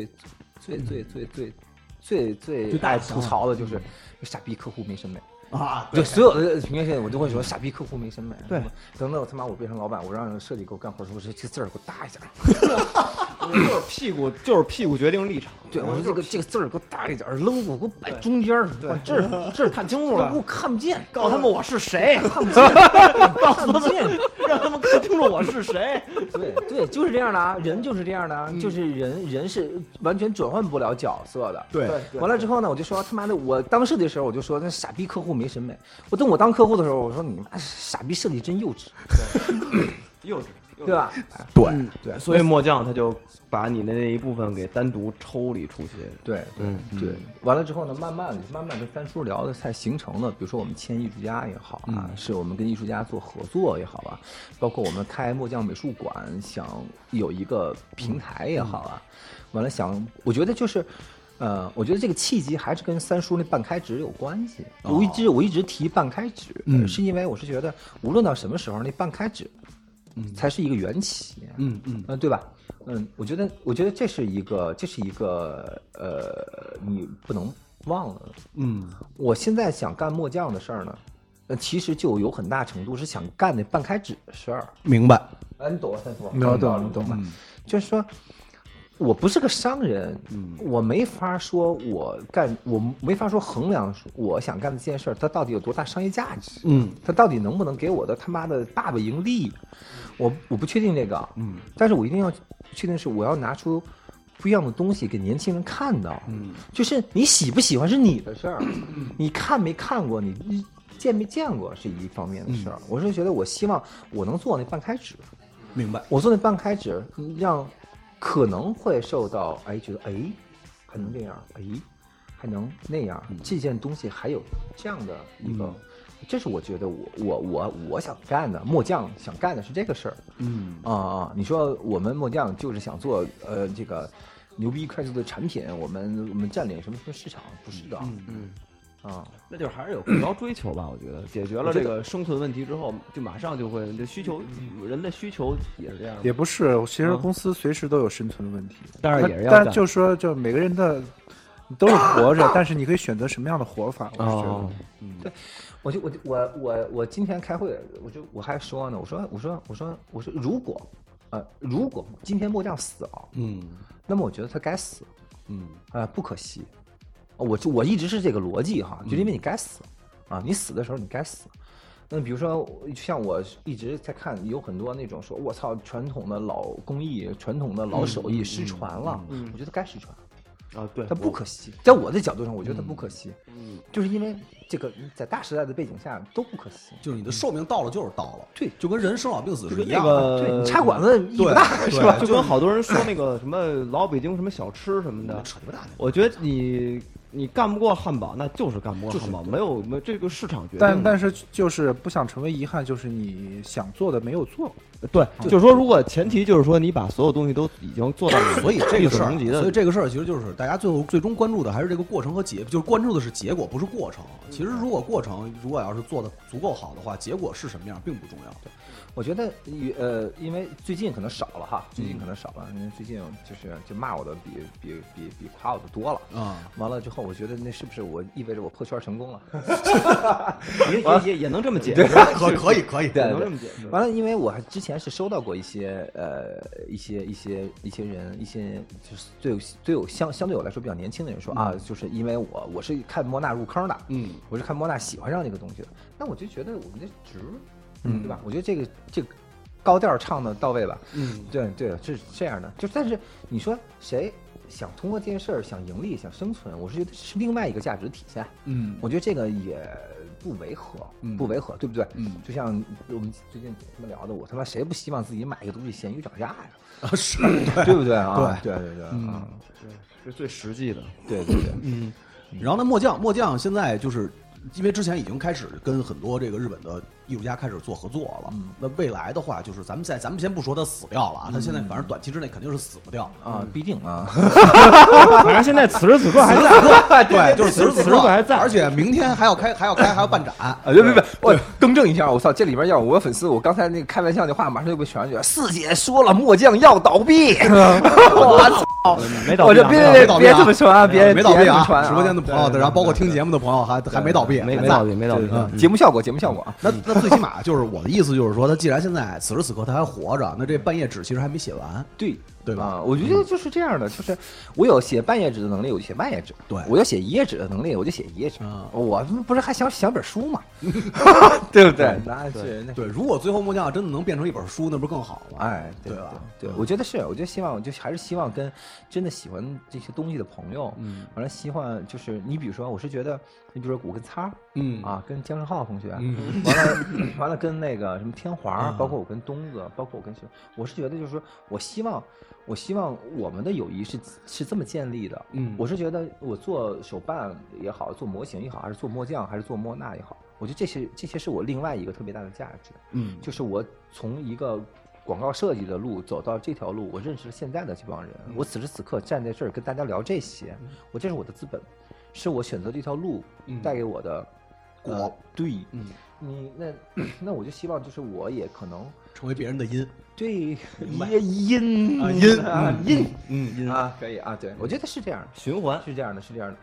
爱吐槽的就是傻逼客户没审美。对，所有的平面设计我都会说傻逼客户没审美。 对， 等到他妈我变成老板，我让设计给我干活的时候，这字儿给我搭一下， 就是屁股决定立场。 对，我说这个字儿给我搭一点，扔给我摆中间儿，这儿看清楚了，给我看不见， 告诉他们我是谁， 看不见， 告诉他们让他们看清楚我是谁。 对，就是这样的啊，人就是这样的，就是人是完全转换不了角色的。 对， 完了之后呢，我就说他妈的，我当设计的时候我就说那傻逼客户没审美。等我当客户的时候，我说你妈傻逼设计真幼稚， 幼稚。 对吧？ 对，所以末将他就把你的那一部分给单独抽离出去。 对。完了之后呢，慢慢跟三叔聊的才形成了，比如说我们签艺术家也好啊，是我们跟艺术家做合作也好啊，包括我们开末将美术馆想有一个平台也好啊，完了我觉得就是。我觉得这个契机还是跟三叔那半开指有关系。我一直提半开指，是因为我是觉得无论到什么时候，那半开指才是一个缘起，对吧？我觉得这是一个你不能忘了。我现在想干末将的事儿呢， 其实就有很大程度是想干那半开指的事儿。 明白？ 你懂我， 你懂吧？ 就是说。我不是个商人，我没法说我没法说衡量我想干的这件事儿，它到底有多大商业价值，它到底能不能给我的他妈的大把盈利，我不确定这个，但是我一定要确定是我要拿出不一样的东西给年轻人看到，就是你喜不喜欢是你的事儿，你看没看过，你见没见过是一方面的事儿，我是觉得我希望我能做那半开指， 明白？ 我做那半开指让。可能会受到觉得还能这样，还能那样，这件东西还有这样的一个，这是我觉得我想干的，墨酱想干的是这个事儿。你说我们墨酱就是想做这个牛逼快速的产品，我们占领什么市场？不是的， 那就是还是有更高追求吧。我觉得解决了这个生存问题之后，就马上就会这需求，人的需求也是这样。 也不是，其实公司随时都有生存问题， 当然也是要。 但就说，就每个人的都是活着，但是你可以选择什么样的活法。我觉得， 对，我今天开会，我还说呢，我说，如果今天墨酱死了，那么我觉得他该死，不可惜。我一直是这个逻辑哈，就因为你该死啊，你死的时候你该死。那比如说像我一直在看，有很多那种说我操，传统的老工艺、传统的老手艺失传了，我觉得该失传。 对， 它不可惜，在我的角度上，我觉得它不可惜，就是因为这个在大时代的背景下都不可惜， 就是你的寿命到了就是到了， 对， 就跟人生老病死是一样的， 对，你插管子意不大，是吧？ 就跟好多人说那个什么老北京什么小吃什么的， 扯不大。 我觉得你干不过汉堡，那就是干不过汉堡，没有这个市场决定。 但是就是不想成为遗憾，就是你想做的没有做。 对，就是说，如果前提就是说你把所有东西都已经做到， 所以这个事儿， 所以这个事儿其实就是大家最终关注的还是这个过程和就是关注的是结果，不是过程。其实如果过程要是做的足够好的话，结果是什么样并不重要。 对，我觉得因为最近可能少了哈，因为最近就骂我的比夸我的多了完了之后，我觉得那是不是意味着我破圈成功了？ 也能这么解释， 可以， 能这么解释。 完了，因为我还之前是收到过一些人，就是相对我来说比较年轻的人说就是因为我是看莫娜入坑的，我是看莫娜喜欢上这个东西的，那我就觉得我们这值，对吧？我觉得这个高调唱的到位吧，对，是这样的。就但是你说谁想通过这件事儿想盈利想生存，我是觉得是另外一个价值体现，我觉得这个也不违和，对不对？就像我们最近他们聊的，我他妈谁不希望自己买一个东西闲鱼涨价呀？ 是， 对不对啊？对， 是最实际的， 对， 然后呢，墨酱现在就是因为之前已经开始跟很多这个日本的艺术家开始做合作了，那未来的话，就是咱们先不说他死掉了啊，他现在反正短期之内肯定是死不掉必定啊。 反正现在此时此刻还在， 对，就是此时此刻还在， 而且明天还要办展别，我更正一下，我操，这里边要我粉丝，我刚才那个开玩笑的话马上就被传上去了。四姐说了，墨酱要倒闭，我操， 没倒闭， 我这别这么说啊，别没倒闭啊， 传直播间的朋友，然后包括听节目的朋友还没倒闭， 没倒闭， 节目效果啊。 那最起码就是我的意思就是说，他既然现在此时此刻他还活着，那这半页纸其实还没写完，对吧？ 我觉得就是这样的，就是我有写半页纸的能力，我就写半页纸； 对我有写一页纸的能力，我就写一页纸。我不是还想本书吗？对不对？ 对，如果最后墨酱真的能变成一本书，那不是更好吗？ 对吧？对，我觉得是，我就还是希望跟真的喜欢这些东西的朋友，完了希望就是你比如说，我是觉得你比如说我跟擦跟姜胜浩同学，完了跟那个什么天华，包括我跟东子，包括我跟我是觉得就是说我希望我们的友谊是这么建立的。我是觉得我做手办也好，做模型也好，还是做墨酱，还是做莫娜也好，我觉得这些是我另外一个特别大的价值。就是我从一个广告设计的路走到这条路，我认识了现在的这帮人。我此时此刻站在这儿跟大家聊这些，这是我的资本，是我选择这条路带给我的果。对，你那我就希望就是我也可能成为别人的因。 对， 因可以啊，对，我觉得是这样的， 循环是这样的，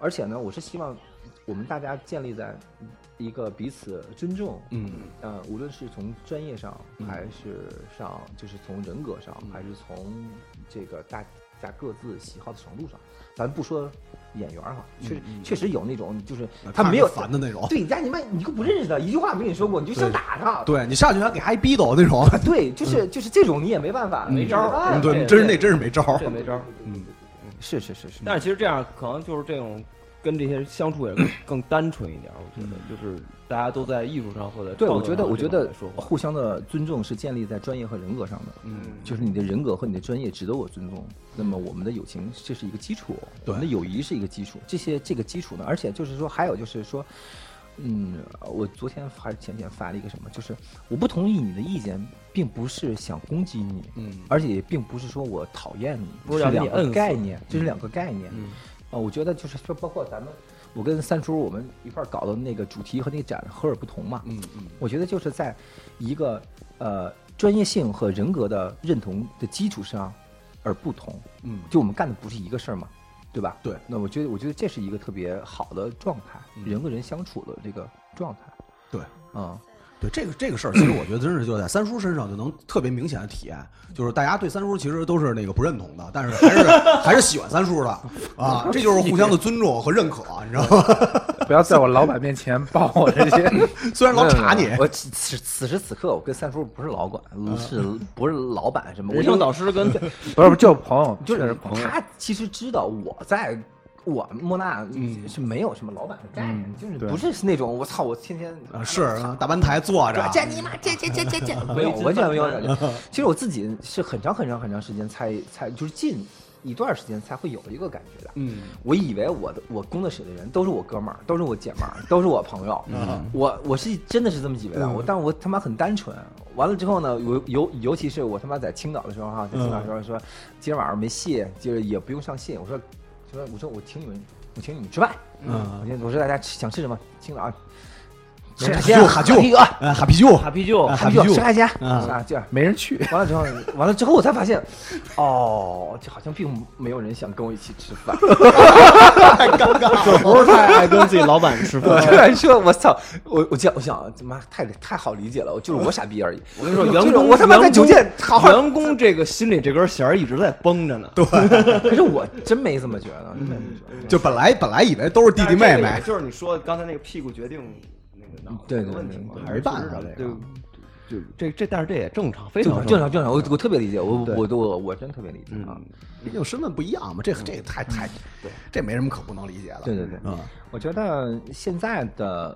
而且呢，我是希望我们大家建立在一个彼此尊重，无论是从专业上，还是就是从人格上，还是从这个大家各自喜好的程度上，咱不说演员哈，确实有那种就是他没有烦的那种， 对，你都不认识他，一句话没跟你说过，你就想打他， 对你上去还给他一逼斗那种， 对，就是这种你也没办法， 没招， 对，真是没招， 这没招， 是， 但是其实这样可能就是这种。跟这些人相处也更单纯一点，我觉得就是大家都在艺术上或者对，我觉得互相的尊重是建立在专业和人格上的，就是你的人格和你的专业值得我尊重，那么我们的友情这是一个基础，我们的友谊是一个基础，这个基础呢，而且就是说还有就是说，我昨天还是前天发了一个什么，就是我不同意你的意见，并不是想攻击你，而且也并不是说我讨厌你， 不是两个概念，这是两个概念。我觉得就是说，包括我跟三叔我们一块搞的那个主题和那个展和而不同嘛。我觉得就是在一个专业性和人格的认同的基础上而不同。就我们干的不是一个事儿嘛，对吧？ 对。 那我觉得这是一个特别好的状态，人和人相处的这个状态。 对，对这个事儿，其实我觉得真是就在三叔身上就能特别明显的体验，就是大家对三叔其实都是那个不认同的，但是还是喜欢三叔的啊，这就是互相的尊重和认可，你知道吗？ 不要在我老板面前报我这些， 虽然老查你。 我此时此刻我跟三叔不是老管，不是老板什么？ 人生导师跟不是就是朋友， 就是他其实知道我莫娜是没有什么老板的概念，就是不是那种我操我天天是大班台坐着， 这你妈这没有完全没有。其实我自己是很长时间才就是近一段时间才会有一个感觉的。我以为我工作室的人都是我哥们儿，都是我姐们儿，都是我朋友。我是真的是这么以为的。但我他妈很单纯。完了之后呢，尤其是我他妈在青岛的时候哈，在青岛的时候说今儿晚上没戏，就是也不用上戏。我说我请你们吃饭。我说大家想吃什么？青岛吃海鲜， 哈啤酒， 吃海鲜啊，这样没人去。 完了之后，我才发现，这好像并没有人想跟我一起吃饭， 太尴尬了， 不是太爱跟自己老板吃饭。 突然说，我操，我想，他妈太好理解了，就是我傻逼而已。 我跟你说，员工我他妈在酒店， 员工这个心里这根弦一直在绷着呢。 对， 可是我真没这么觉得， 就本来以为都是弟弟妹妹， 就是你说刚才那个屁股决定。 对， 还是办法的，但是这也正常，非常正常。我特别理解，我真特别理解啊。 毕竟身份不一样嘛，这太对，这没什么可不能理解的。 对，我觉得现在的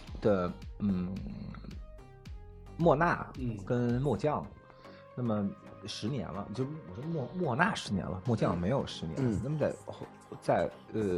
莫娜跟莫将，那么10年了，就我说莫娜10年了，莫将没有10年，那么在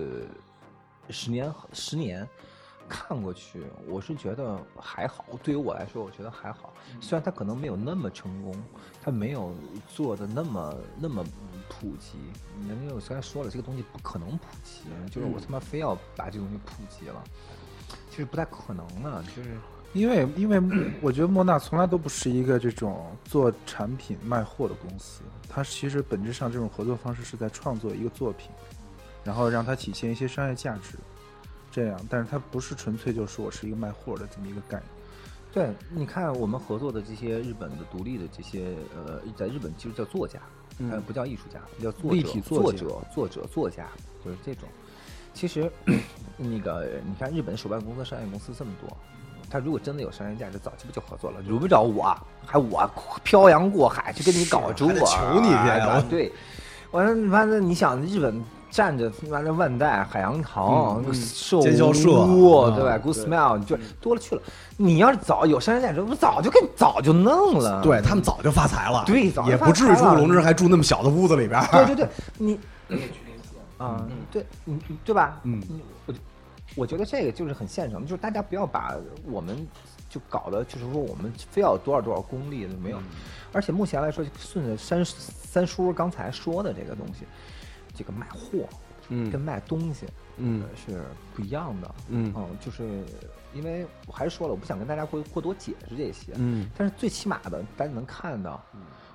10年。看过去，我是觉得还好。对于我来说，我觉得还好。虽然他可能没有那么成功，他没有做的那么普及。因为我刚才说了，这个东西不可能普及，就是我他妈非要把这个东西普及了，其实不太可能的。就是因为我觉得莫娜从来都不是一个这种做产品卖货的公司，它其实本质上这种合作方式是在创作一个作品，然后让它体现一些商业价值。这样，但是它不是纯粹就是我是一个卖货的这么一个概念。 对，你看我们合作的这些日本的独立的这些在日本其实叫作家，不叫艺术家，叫立体作家，就是这种。其实那个你看日本手办公司、商业公司这么多，他如果真的有商业价值，早期不就合作了？轮不着我，还我漂洋过海去跟你搞出我， 求你去。 对，完了，你想日本。站着完了万代、海洋堂、 尖销社， 对吧 ？Good Smile 就多了去了。你要是早有商业价值，我早就弄了。 对他们早就发财了， 对， 也不至于住龙之还住那么小的屋子里边。 对，你啊，对，对吧？我觉得这个就是很现实，就是大家不要把我们就搞得就是说我们非要多少功利的没有，而且目前来说，顺着三叔刚才说的这个东西。这个卖货，跟卖东西，是不一样的，就是因为我还是说了，我不想跟大家过多解释这些，但是最起码的大家能看到，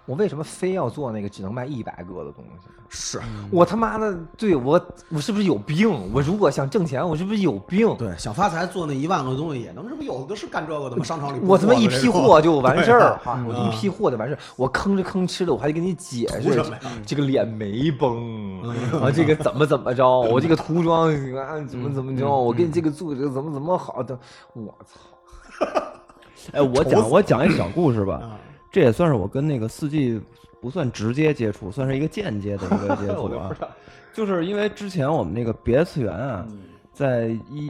我为什么非要做那个只能卖100个的东西？ 是我他妈的，对我是不是有病？我如果想挣钱，我是不是有病？ 对，想发财做那1万个东西也能，这不有的是干这个的吗？商场里我他妈一批货就完事儿，我一批货就完事儿，我吭哧吭哧的，我还得给你解释这个脸没崩啊，这个怎么着，我这个涂装怎么着，我给你这个做这个怎么好的，我操！ 哎，我讲一小故事吧，这也算是我跟那个四季不算直接接触，算是一个间接的一个接触啊。就是因为之前我们那个别次元啊，在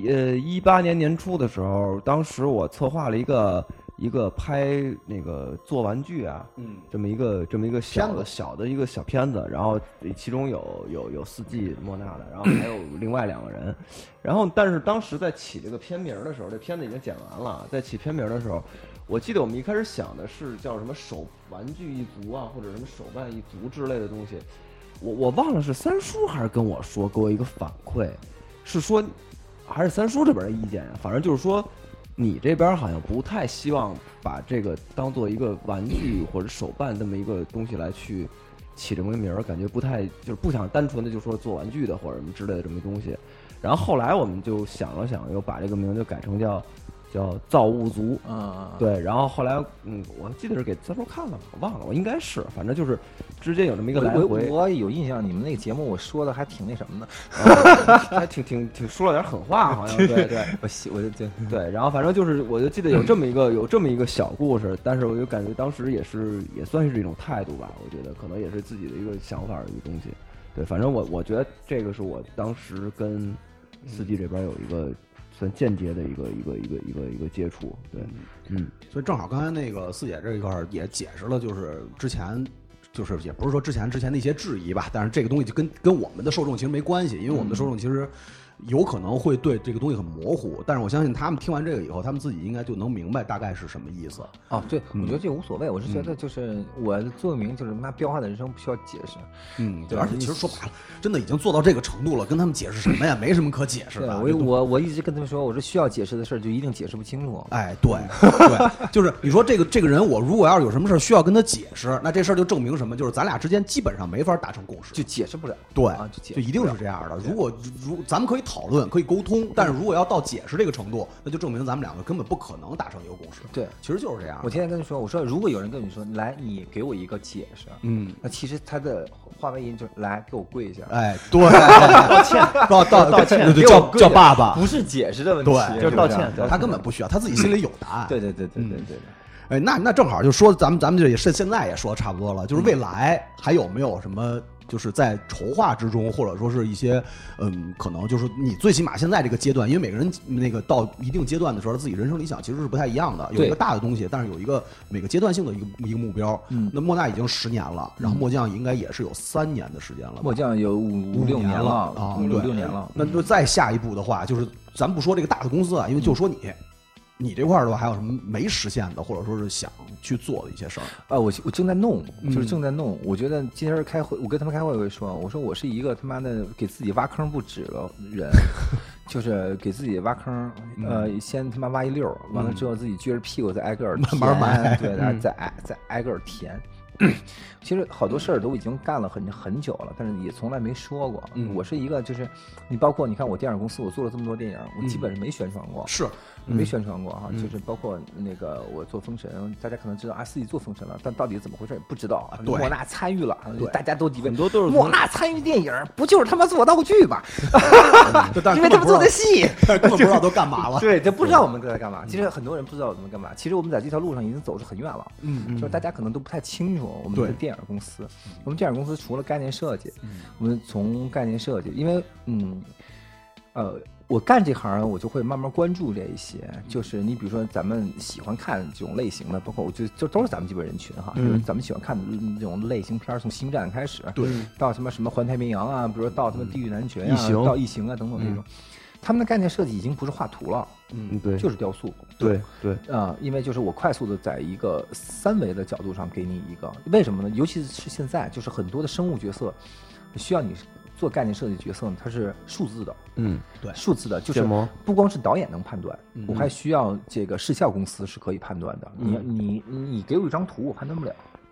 18年年初的时候，当时我策划了一个拍那个做玩具啊，这么一个小的一个小片子，然后其中有四季莫娜的，然后还有另外2个人，然后但是当时在起这个片名的时候，这片子已经剪完了，在起片名的时候，我记得我们一开始想的是叫什么手玩具一族啊，或者什么手办一族之类的东西，我忘了是三叔还是跟我说，给我一个反馈，是说还是三叔这边的意见啊，反正就是说。你这边好像不太希望把这个当做一个玩具或者手办这么一个东西来去起这么个名儿，感觉不太就是不想单纯的就说做玩具的或者什么之类的这么东西。然后后来我们就想了想，又把这个名就改成叫造物族，对。然后后来我记得是给三叔看了吧，我忘了，我应该是，反正就是之间有这么一个来回。 我有印象，你们那个节目我说的还挺那什么的， 还挺说了点狠话，好像对， 我就对。然后反正就是我就记得有这么一个小故事，但是我就感觉当时也算是一种态度吧，我觉得可能也是自己的一个想法的一个东西。对，反正我觉得这个是我当时跟四季这边有一个。算间接的一个接触，对， 所以正好刚才那个四姐这一块也解释了，就是之前，就是也不是说之前的一些质疑吧，但是这个东西就跟我们的受众其实没关系，因为我们的受众其实有可能会对这个东西很模糊，但是我相信他们听完这个以后，他们自己应该就能明白大概是什么意思。 哦，对，我觉得这无所谓，我是觉得就是我的座右铭就是妈彪悍的人生不需要解释， 对，而且其实说白了，真的已经做到这个程度了，跟他们解释什么呀？没什么可解释的。 我一直跟他们说，我说需要解释的事儿就一定解释不清楚。 哎，对，就是你说这个人，我如果要是有什么事儿需要跟他解释，那这事儿就证明什么？就是咱俩之间基本上没法达成共识， 就解释不了。 对，就一定是这样的。如果咱们可以讨论，可以沟通，但是如果要到解释这个程度，那就证明咱们两个根本不可能达成一个共识。 对， 其实就是这样。 我天天跟你说，我说如果有人跟你说，来，你给我一个解释，那其实他的话外音就是来给我跪下。 哎，对，道歉，道歉，叫爸爸， 不是解释的问题， 对， 就是道歉。 他根本不需要，他自己心里有答案。 对。 哎，那正好就说咱们这也是现在也说的差不多了，就是未来还有没有什么？就是在筹划之中，或者说是一些，可能就是你最起码现在这个阶段，因为每个人那个到一定阶段的时候，自己人生理想其实是不太一样的，有一个大的东西，但是有一个每个阶段性的一个目标。那莫娜已经10年了，然后末将应该也是有3年的时间了， 末将有5、6年了啊，5、6年了。 那就再下一步的话，就是咱不说这个大的公司啊，因为就说你这块的话，还有什么没实现的，或者说是想去做的一些事儿？ 我正在弄，就是正在弄。我觉得今天开会，我跟他们开会，我说我是一个他妈的给自己挖坑不止的人，就是给自己挖坑，先他妈挖一溜，完了之后自己撅着屁股再挨个慢慢埋， 对，再挨个填。其实好多事儿都已经干了很久了，但是也从来没说过。我是一个就是你包括你看我电影公司，我做了这么多电影，我基本上没宣传过。 是。 没宣传过哈，就是包括那个我做封神，大家可能知道自己做封神了，但到底怎么回事也不知道。莫娜参与了，大家都以为很多都是莫娜参与电影，不就是他妈做道具吧？因为他们做的戏， 根本不知道都干嘛了。 对，他不知道我们在干嘛。其实很多人不知道我们干嘛。其实我们在这条路上已经走得很远了。就是大家可能都不太清楚我们的电影公司。我们电影公司除了概念设计，我们从概念设计，因为我干这行，我就会慢慢关注这一些。就是你比如说，咱们喜欢看这种类型的，包括我就都是咱们基本人群哈。就是咱们喜欢看的这种类型片，从星战开始， 对， 到什么环太平洋啊，比如说到什么地狱男爵啊，到异形啊等等这种，他们的概念设计已经不是画图了， 对， 就是雕塑， 对因为就是我快速的在一个3维的角度上给你一个，为什么呢？尤其是现在，就是很多的生物角色需要你做概念设计角色呢，它是数字的， 对， 数字的，就是不光是导演能判断，我还需要这个视效公司是可以判断的。你给我一张图，我判断不了。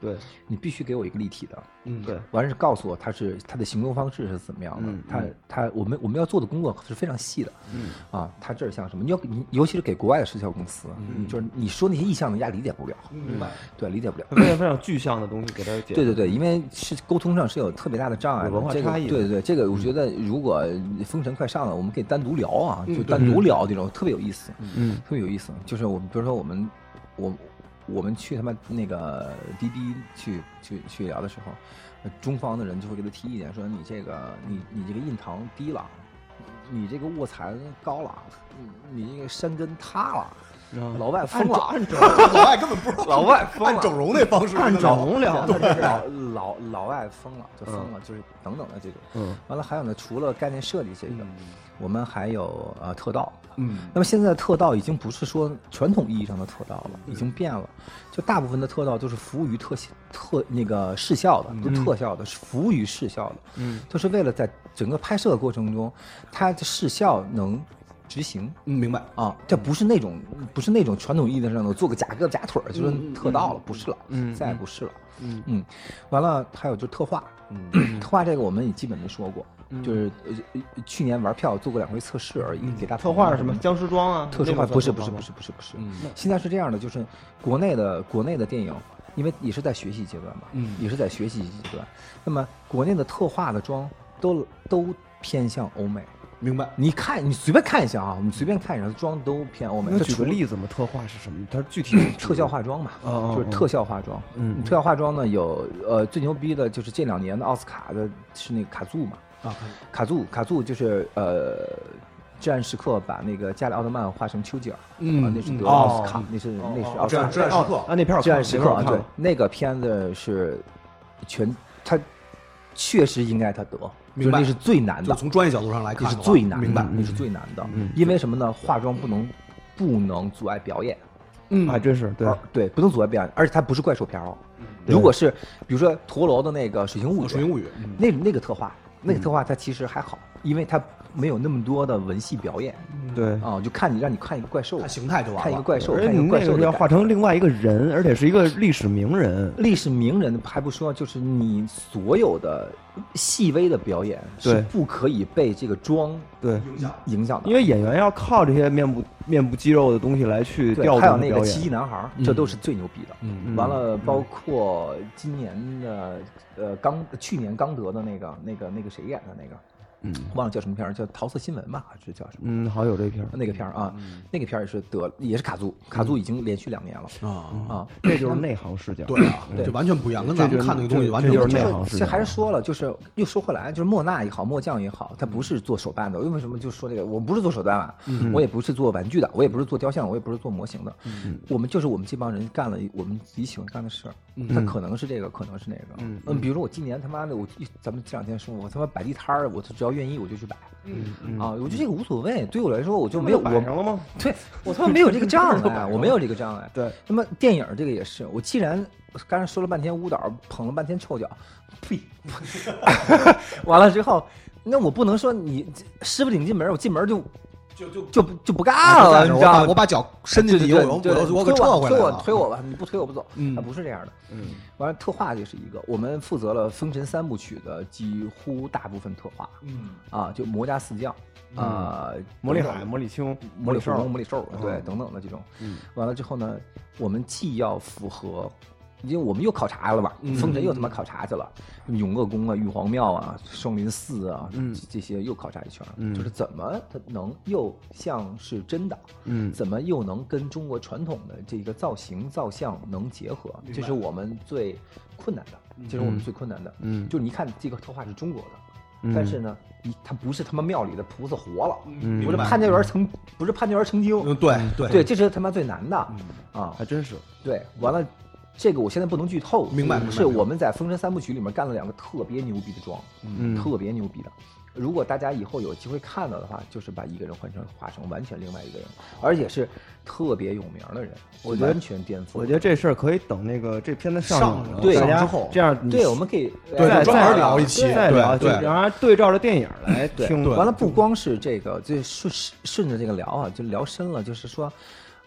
对， 你必须给我一个立体的， 对， 完是告诉我他的行动方式是怎么样的，我们要做的工作是非常细的，他这像什么？你尤其是给国外的视效公司，就是你说那些意象，人家理解不了， 明白？ 对，理解不了， 非常具象的东西给他解。 对，因为是沟通上是有特别大的障碍， 文化差异。 对，这个我觉得如果封神快上了，我们可以单独聊啊，就单独聊这种特别有意思，特别有意思。就是我们比如说我们去他妈那个滴滴去聊的时候，中方的人就会给他提意见，说你这个印堂低了，你这个卧蚕高了，你这个山根塌了。老外疯了， 老外根本不知道， 老外疯了， 按整容那方式， 按整容聊， 老外疯了，就疯了，就是等等的这种。完了还有呢，除了概念设计这个，我们还有特道。那么现在的特道已经不是说传统意义上的特道了，已经变了。就大部分的特道都是服务于那个视效的，不是特效的，是服务于视效的。就是为了在整个拍摄过程中，它的视效能执行。 明白啊，这不是那种传统意义上的做个假胳膊假腿就是特道了，不是了，再也不是了。完了还有就是特化，特化这个我们也基本没说过。就是去年玩票做过2回测试而已，给大家特化是什么？僵尸装啊？ 特殊化不是。现在是这样的，就是国内的电影，因为也是在学习阶段嘛，也是在学习阶段。那么国内的特化的妆都偏向欧美。 明白？ 你随便看一下啊，你随便看一下，妆都偏欧美。 那举个例子嘛，特化是什么？它具体特效化妆嘛，就是特效化妆。特效化妆呢有最牛逼的就是这2年的奥斯卡的是那个卡祖嘛。卡祖就是至暗时刻把那个加里奥特曼画成丘吉尔，那是得奥斯卡，那是奥斯卡。 至暗时刻那片至暗时刻对，那个片子是他确实应该他得， 明白？ 那是最难的， 就从专业角度上来看， 那是最难的， 明白？ 那是最难的，因为什么呢？化妆不能阻碍表演， 还真是对，不能阻碍表演，而且它不是怪兽片哦。如果是比如说陀螺的那个《水形物语》，那个特化它其实还好，因为它没有那么多的文戏表演。 对啊，就让你看一个怪兽， 看形态就完了。 看一个怪兽， 而且你那个要画成另外一个人，而且是一个历史名人。 历史名人还不说，就是你所有的细微的表演是不可以被这个妆影响的， 因为演员要靠这些面部肌肉的东西来去调动表演。 还有那个奇迹男孩，这都是最牛逼的。完了，包括今年的去年刚得的那个谁演的那个。忘了叫什么片儿，叫《桃色新闻》吧，还是叫什么？ 好有这片儿， 那个片儿啊，那个片儿也是卡祖已经连续2年了啊， 这就是内行视角， 对啊，这完全不一样，跟咱们看那个东西完全就是内行视角。 这还是说了，就是又说回来，就是莫纳也好，莫酱也好，他不是做手办的。为什么就说这个？我不是做手办啊，我也不是做玩具的，我也不是做雕像，我也不是做模型的。我们这帮人干了我们自己喜欢干的事儿。他可能是这个，可能是那个。比如说我今年他妈的，咱们这2天说，我他妈摆地摊儿，我只要愿意我就去摆。我觉得这个无所谓，对我来说我就没有摆上了吗？ 对，我他妈没有这个障碍，我没有这个障碍。 对， 那么电影这个也是，我既然刚才说了半天舞蹈，捧了半天臭脚，呸！完了之后，那我不能说你师傅领进门，我进门就不干了，你知道吗？ 我把脚伸进去，我给撤回来了。 推我吧，你不推我不走。它不是这样的。完了，特化这是一个，我们负责了《封神3部曲》的几乎大部分特化。就魔家四将魔力海、魔力青、 魔力兽、魔力兽，对，等等的这种。完了之后呢，我们既要符合。因为我们又考察了嘛，封神又他妈考察去了，永乐宫啊、玉皇庙啊、双林寺啊，这些又考察一圈，就是怎么它能又像是真的，怎么又能跟中国传统的这个造型造像能结合，这是我们最困难的，这是我们最困难的，就是你看这个特化是中国的，但是呢，它不是他妈庙里的菩萨活了，不是潘家园成精，对，这是他妈最难的啊， 还真是， 对，完了。这个我现在不能剧透， 明白？ 是我们在《封神3部曲》里面干了2个特别牛逼的妆，特别牛逼的。如果大家以后有机会看到的话，就是把一个人画成完全另外一个人，而且是特别有名的人，我完全颠覆。 我觉得这事儿可以等那个这片子上映对大家之后， 这样对，我们可以专门聊一期， 再聊， 对， 然后对照着电影来听。 完了，不光是这个，就顺着这个聊啊，就聊深了，就是说。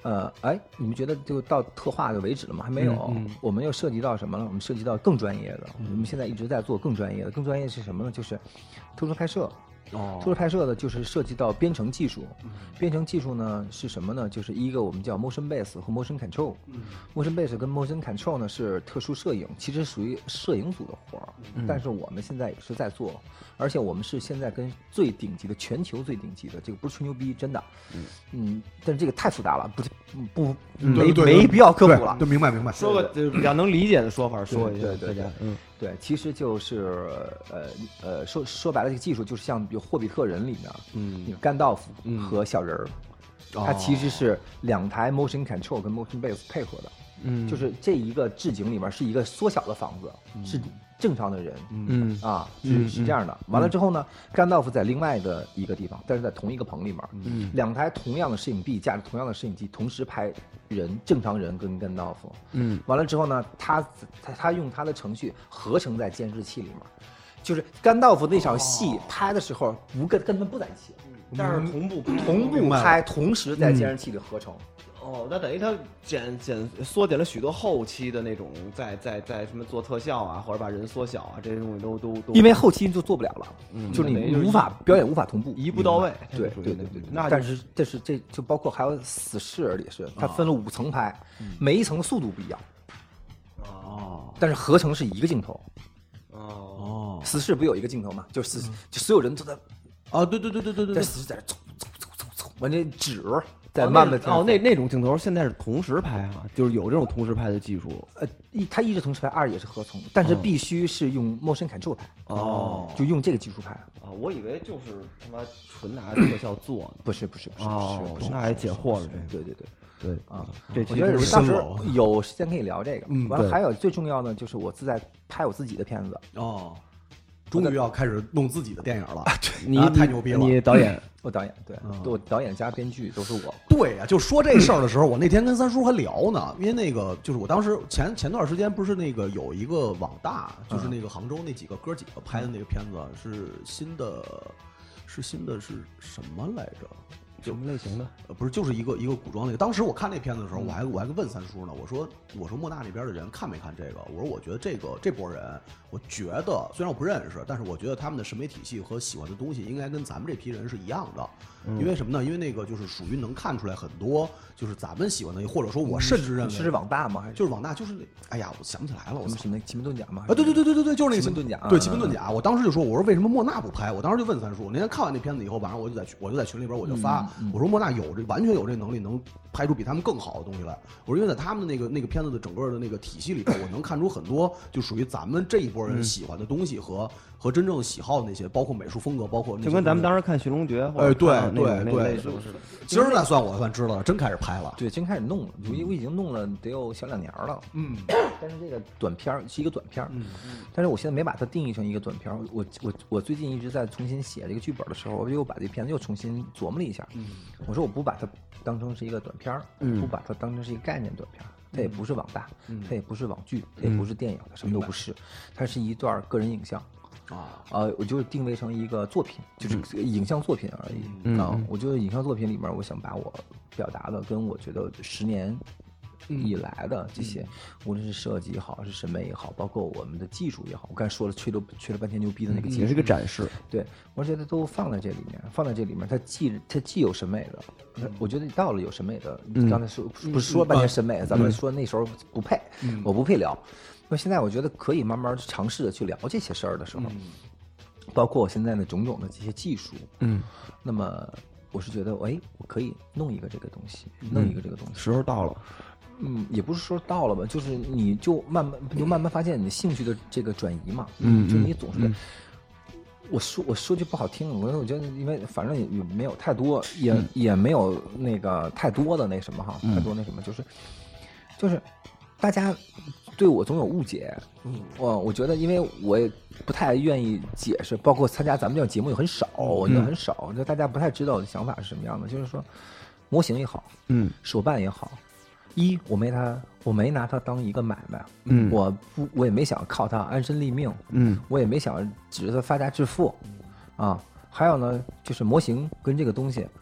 你们觉得就到特化就为止了吗？还没有，我们又涉及到什么了？我们涉及到更专业的，我们现在一直在做更专业的。更专业是什么呢？就是特殊拍摄。特殊拍摄的就是涉及到编程技术。编程技术呢是什么呢？就是一个我们叫 motion base 和 motion control。motion base 跟 motion control 呢是特殊摄影，其实属于摄影组的活儿。但是我们现在也是在做，而且我们是现在跟最顶级的全球最顶级的，这个不是吹牛逼，真的。但是这个太复杂了，没必要科普了。 对，明白。 说个比较能理解的说法说一下，大家。 对，其实就是说白了，这个技术就是像比如《霍比特人》里面，那个甘道夫和小人儿，它其实是2台 motion control 跟 motion base 配合的。就是这一个置景里面是一个缩小的房子，是正常的人，是这样的。完了之后呢，甘道夫在另外的一个地方，但是在同一个棚里面，2台同样的摄影臂架着同样的摄影机，同时拍人，正常人跟甘道夫。完了之后呢，他用他的程序合成在监视器里面，就是甘道夫那场戏拍的时候跟他们不在一起， 但是同步拍，同时在监视器里合成。 那等于他缩减了许多后期的那种在什么做特效啊，或者把人缩小啊，这些东西都因为后期就做不了了，就是你表演无法同步， 一步到位。 对。那但是这就包括还有死侍也是，它分了5层拍，每一层速度不一样。但是合成是一个镜头。死侍不有一个镜头吗？就所有人都在对，死侍在这凑，完这纸。慢的那种镜头现在是同时拍啊，就是有这种同时拍的技术。 它一是同时拍，2也是合成，但是必须是用 motion control 拍。就用这个技术拍。 我以为就是他妈纯拿特效做呢。 不是。 那还解惑了。对我觉得当时有时间可以聊这个。完了还有最重要的就是我在拍我自己的片子。 终于要开始弄自己的电影了，你太牛逼了！ 你导演， 我导演，对，我导演加编剧都是我。 对呀，就说这事儿的时候，我那天跟三叔还聊呢，因为那个就是我当时前段时间不是那个有一个网大，就是那个杭州那几个哥几个拍的那个片子是新的是什么来着？ 什么类型的？ 不是，就是一个古装那个。当时我看那片子的时候，我还问三叔呢，我说莫大那边的人看没看这个？我说我觉得这波人，我觉得虽然我不认识，但是我觉得他们的审美体系和喜欢的东西应该跟咱们这批人是一样的。因为什么呢？因为那个就是属于能看出来很多，就是咱们喜欢的，或者说我甚至认为是网大吗？还是就是网大？就是哎呀，我想不起来了。我什么奇门遁甲吗？ 对，就是那个奇门遁甲。 对，奇门遁甲。我当时就说，我说为什么莫娜不拍？我当时就问三叔，我那天看完那片子以后，晚上我就在群里边我就发，我说莫娜完全有这能力，能拍出比他们更好的东西来。我说因为在他们的那个片子的整个的那个体系里边，我能看出很多就属于咱们这一波人喜欢的东西和真正喜好的那些，包括美术风格，包括就跟咱们当时看《寻龙诀》 对，今儿我算知道了，真开始拍了， 对，真开始弄了，我已经弄了得有小2年了，但是这个短片是一个短片，但是我现在没把它定义成一个短片，我最近一直在重新写这个剧本的时候，我又把这片子又重新琢磨了一下，我说我不把它当成是一个短片，不把它当成是一个概念短片，它也不是网大，它也不是网剧，它也不是电影，它什么都不是，它是一段个人影像。我就是定位成一个作品，就是影像作品而已我觉得影像作品里面，我想把我表达的跟我觉得10年以来的这些，无论是设计也好，是审美也好，包括我们的技术也好，我刚才说了吹了半天牛逼的那个技术， 也是个展示。 对，我觉得都放在这里面，它既有审美的，我觉得到了有审美的，你刚才不是说半天审美，咱们说那时候不配，我不配聊。那现在我觉得可以慢慢尝试着去聊这些事儿的时候，包括我现在的种种的这些技术，那么我是觉得，我可以弄一个这个东西， 时候到了。 也不是说到了吧，就是你就慢慢发现你的兴趣的这个转移嘛，就你总是我说句不好听，我觉得因为反正也没有太多，也没有那个太多的那什么哈，太多那什么，就是大家对我总有误解，我觉得因为我也不太愿意解释，包括参加咱们这种节目也很少，我觉得很少，就大家不太知道我的想法是什么样的，就是说模型也好，手办也好，我没拿它当一个买卖，我也没想靠它安身立命，我也没想指着它发家致富，还有呢，就是模型跟这个东西，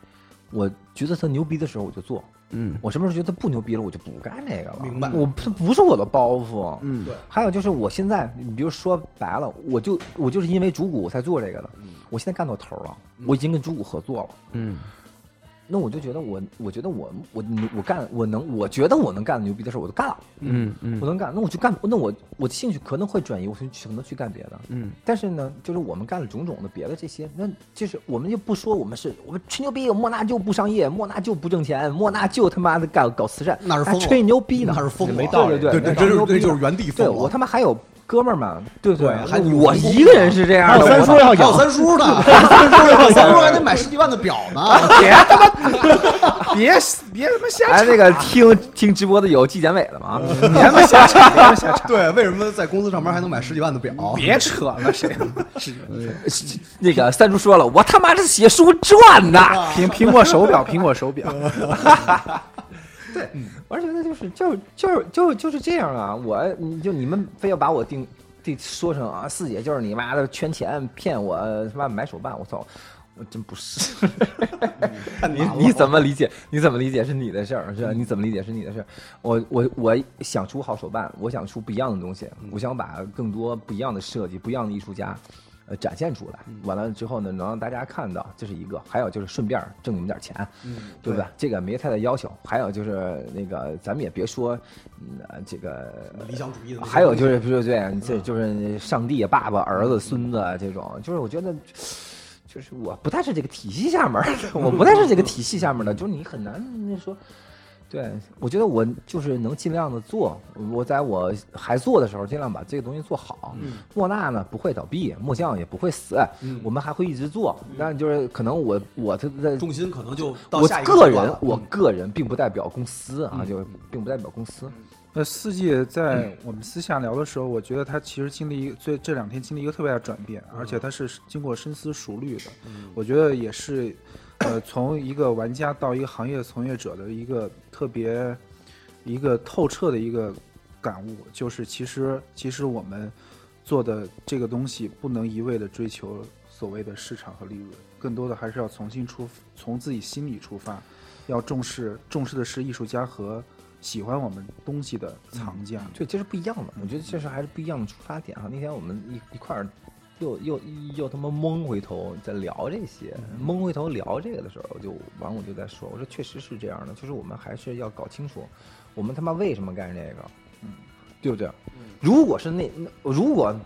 我觉得它牛逼的时候我就做，我什么时候觉得不牛逼了我就不干这个了。 明白？ 我不是我的包袱，对。还有就是我现在，你比如说白了，我就是因为主骨才做这个的，我现在干到头了，我已经跟主骨合作了，那我就觉得我觉得我干我觉得我能干的牛逼的事我都干了，我能干，那我去干，那我的兴趣可能会转移，我可能去干别的，但是呢，就是我们干了种种的别的这些，那就是我们就不说我们吹牛逼，莫纳就不商业，莫纳就不挣钱，莫纳就他妈的搞慈善， 那是疯了， 吹牛逼呢， 那是疯了， 没道理， 对，这就是原地疯了。 对我他妈还有哥们儿们，对不对？我一个人是这样的， 还有三叔呢，三叔还得买10几万的表呢， 别他妈别他妈瞎扯！ 那个听直播的有纪检委的吗？ 别他妈瞎扯！别他妈瞎扯！ 对，为什么在公司上班还能买10几万的表？ 别扯了，谁？ 那个三叔说了，我他妈是写书赚的， 苹果手表，苹果手表。 对，我觉得就是这样啊！你们非要把我定说成啊，四姐就是你妈的圈钱骗我他妈买手办，我操！我真不是，你怎么理解？你怎么理解是你的事儿，是吧？你怎么理解是你的事儿？我想出好手办，我想出不一样的东西，我想把更多不一样的设计、不一样的艺术家，展现出来。完了之后呢，能让大家看到，这是一个。还有就是顺便挣你们点钱，对不对？这个没太大要求。还有就是那个，咱们也别说，这个理想主义的。 还有就是对，这就是上帝、爸爸、儿子、孙子这种，就是我觉得。就是我不太是这个体系下面，我不太是这个体系下面的，就是你很难说。对，我觉得我就是能尽量的做，我在我还做的时候尽量把这个东西做好。莫纳呢不会倒闭，墨酱也不会死，我们还会一直做。但就是可能我的重心可能就到下一个我个人并不代表公司啊，就并不代表公司。 四季在我们私下聊的时候，我觉得他其实这2天经历一个特别大的转变，而且他是经过深思熟虑的。我觉得也是，从一个玩家到一个行业从业者的一个特别一个透彻的一个感悟，就是其实我们做的这个东西不能一味的追求所谓的市场和利润，更多的还是要从自己心里出发，要重视的是艺术家和喜欢我们东西的藏家。 对，这是不一样的。我觉得这是还是不一样的出发点啊。那天我们一块儿又他妈蒙回头在聊这些，蒙回头聊这个的时候，我就在说，我说确实是这样的，就是我们还是要搞清楚，我们他妈为什么干这个，对不对？如果是如果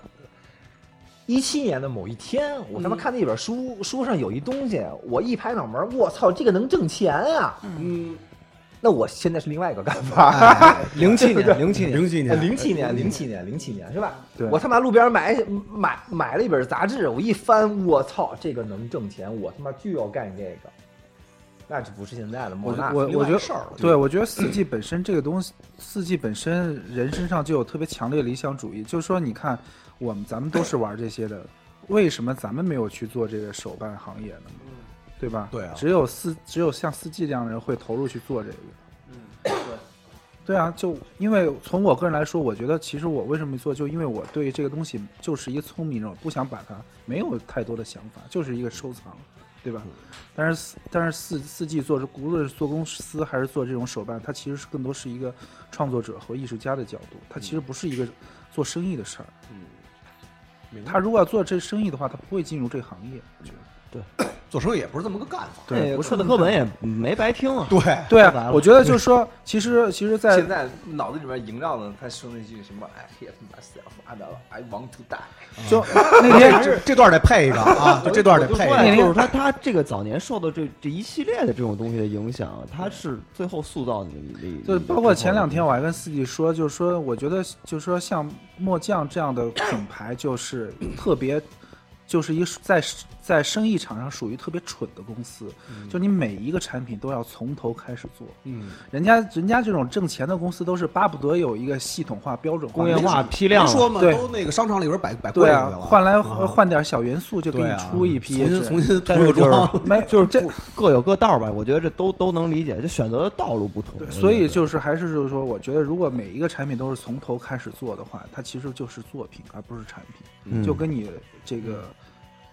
17年的某一天，我他妈看那本书上有一东西，我一拍脑门，我操，这个能挣钱啊！那我现在是另外一个干法。 07 年是吧？ 对， 我他妈路边买了一本杂志，我一翻，我操，这个能挣钱，我他妈就要干这个。那就不是现在的莫纳， 我觉得对，我觉得四季本身这个东西，四季本身人身上就有特别强烈理想主义，就是说，你看咱们都是玩这些的，为什么咱们没有去做这个手办行业呢？对吧？ 对啊， 只有像四季这样的人会投入去做这个。对啊，就因为从我个人来说，我觉得其实我为什么没做，就因为我对这个东西就是一个聪明人，不想把它没有太多的想法，就是一个收藏，对吧？但是四季做，无论是做公司还是做这种手办，它其实是更多是一个创作者和艺术家的角度，它其实不是一个做生意的事儿。他如果要做这生意的话，他不会进入这个行业。我觉得对。 做生意也不是这么个干法， 对， 不是的课本也没白听啊。 对啊，我觉得就是说，其实在现在脑子里面萦绕的，他说那句什么 "I hate myself, I want to die"， 就那天这段得配一个啊，就这段得配一个。 就是他这个早年受到这一系列的这种东西的影响，他是最后塑造你。 就包括前2天我还跟四季说，就是说，我觉得就是说，像墨酱这样的品牌，就是特别。就是一个在生意场上属于特别蠢的公司，就你每一个产品都要从头开始做。人家这种挣钱的公司都是巴不得有一个系统化、标准化、 工业化、批量。 说嘛，都那个商场里边摆柜子了，换点小元素就给你出一批， 重新涂个妆， 就是这各有各道吧。我觉得这都能理解，这选择的道路不同。 所以就是还是就是说，我觉得如果每一个产品都是从头开始做的话，它其实就是作品而不是产品，就跟你这个。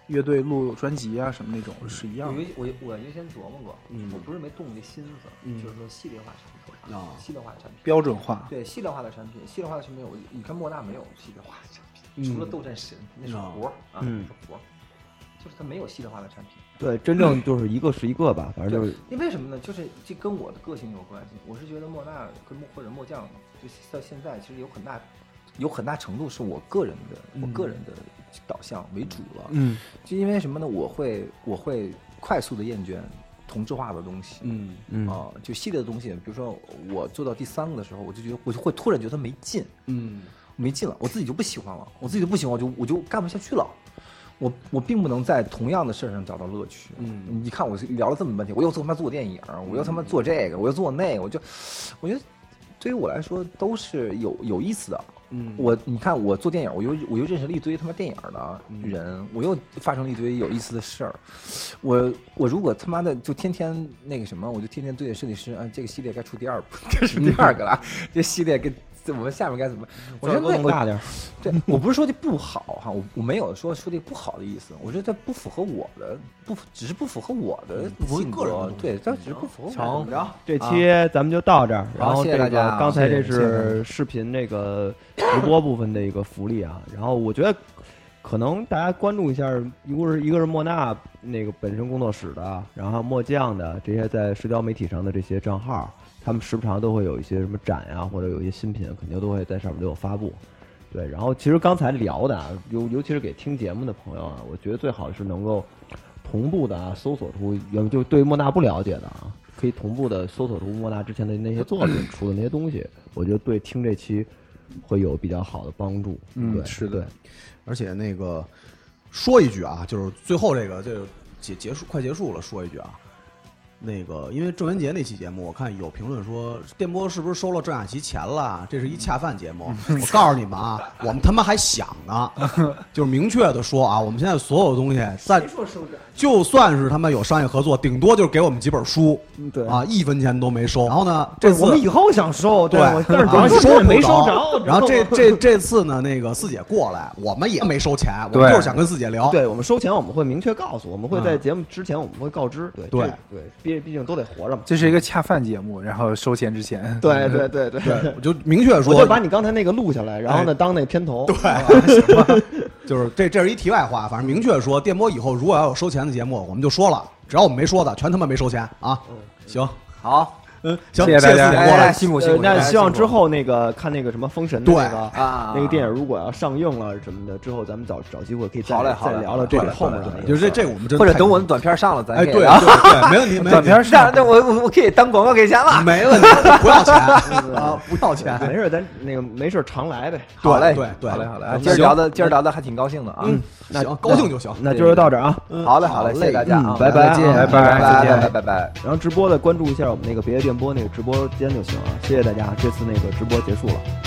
乐队录专辑啊什么那种是一样的。 我原先琢磨过，我不是没动这心思，就是说系列化产品系列化产品标准化， 对系列化的产品，你看莫纳没有系列化的产品，除了斗战神那是活啊，是活，就是它没有系列化的产品。 对，真正就是一个是一个吧，反正就是。 因为什么呢？就是这跟我的个性有关系。我是觉得莫纳或者莫将，就到现在其实有很大程度是我个人的导向为主了。就因为什么呢？我会快速的厌倦同质化的东西。就系列的东西，比如说我做到第3个的时候，我就会突然觉得它没劲。没劲了，我自己就不喜欢了，我就干不下去了。我并不能在同样的事上找到乐趣。你看我聊了这么半天，我又他妈做电影，我又他妈做这个，我又做那个，我觉得对于我来说都是有意思的。你看我做电影，我又认识了一堆他妈电影的人，我又发生了一堆有意思的事儿。我如果他妈的就天天那个什么，我就天天对着设计师这个系列该出第2部，这是第2个了，这系列跟。我们下面该怎么？我觉得大点。 对，我不是说这不好哈，我没有说这不好的意思。我觉得它不符合我的，只是不符合我的性格。对，它只是不符合我的。 成，这期咱们就到这儿。然后这个刚才这是视频这个直播部分的一个福利啊。然后我觉得可能大家关注一下，一个是莫纳那个本身工作室的，然后莫将的这些在社交媒体上的这些账号。他们时不常都会有一些什么展呀，或者有一些新品，肯定都会在上面都有发布。对，然后其实刚才聊的啊，尤其是给听节目的朋友啊，我觉得最好是能够同步的搜索出，就对莫纳不了解的啊，可以同步的搜索出莫纳之前的那些作品出的那些东西，我觉得对听这期会有比较好的帮助。对， 是的。 而且那个说一句啊，就是最后这个快结束了，说一句啊。那个，因为郑渊洁那期节目，我看有评论说电波是不是收了郑雅琪钱了？这是一恰饭节目。我告诉你们啊，我们他妈还想呢，就是明确的说啊，我们现在所有东西在，就算是他妈有商业合作，顶多就是给我们几本书， 对啊，1分钱都没收。然后呢，这次我们以后想收， 对， 但是咱收没收着。 然后这次呢，那个四姐过来，我们也没收钱，我们就是想跟四姐聊。 对，我们收钱我们会明确告诉，我们会在节目之前我们会告知。对。毕竟都得活着嘛， 这是一个恰饭节目，然后收钱之前， 对， 我就明确说， 我就把你刚才那个录下来，然后呢当那片头， 对，行吧，就是这是一题外话，反正明确说，电波以后如果要有收钱的节目，我们就说了，只要我们没说的，全他妈没收钱啊。行， 好。 行， 谢谢大家， 来辛苦。 那希望之后那个看那个什么封神的那个啊， 那个电影如果要上映了什么的，之后咱们找机会可以再聊聊这个后面的。 就是这我们真或者等我的短片上了，咱对，没问题。 短片上， 那我可以当广告给钱了， 没问题，不要钱啊，不要钱， 没事，咱那个没事常来呗。 好嘞， 对， 好嘞。今儿聊的还挺高兴的啊。 那行，高兴就行。 那就是到这儿啊。 好嘞，谢谢大家啊， 拜拜， 拜。 然后直播的关注一下我们那个别的电波那个直播间就行啊，谢谢大家，这次那个直播结束了。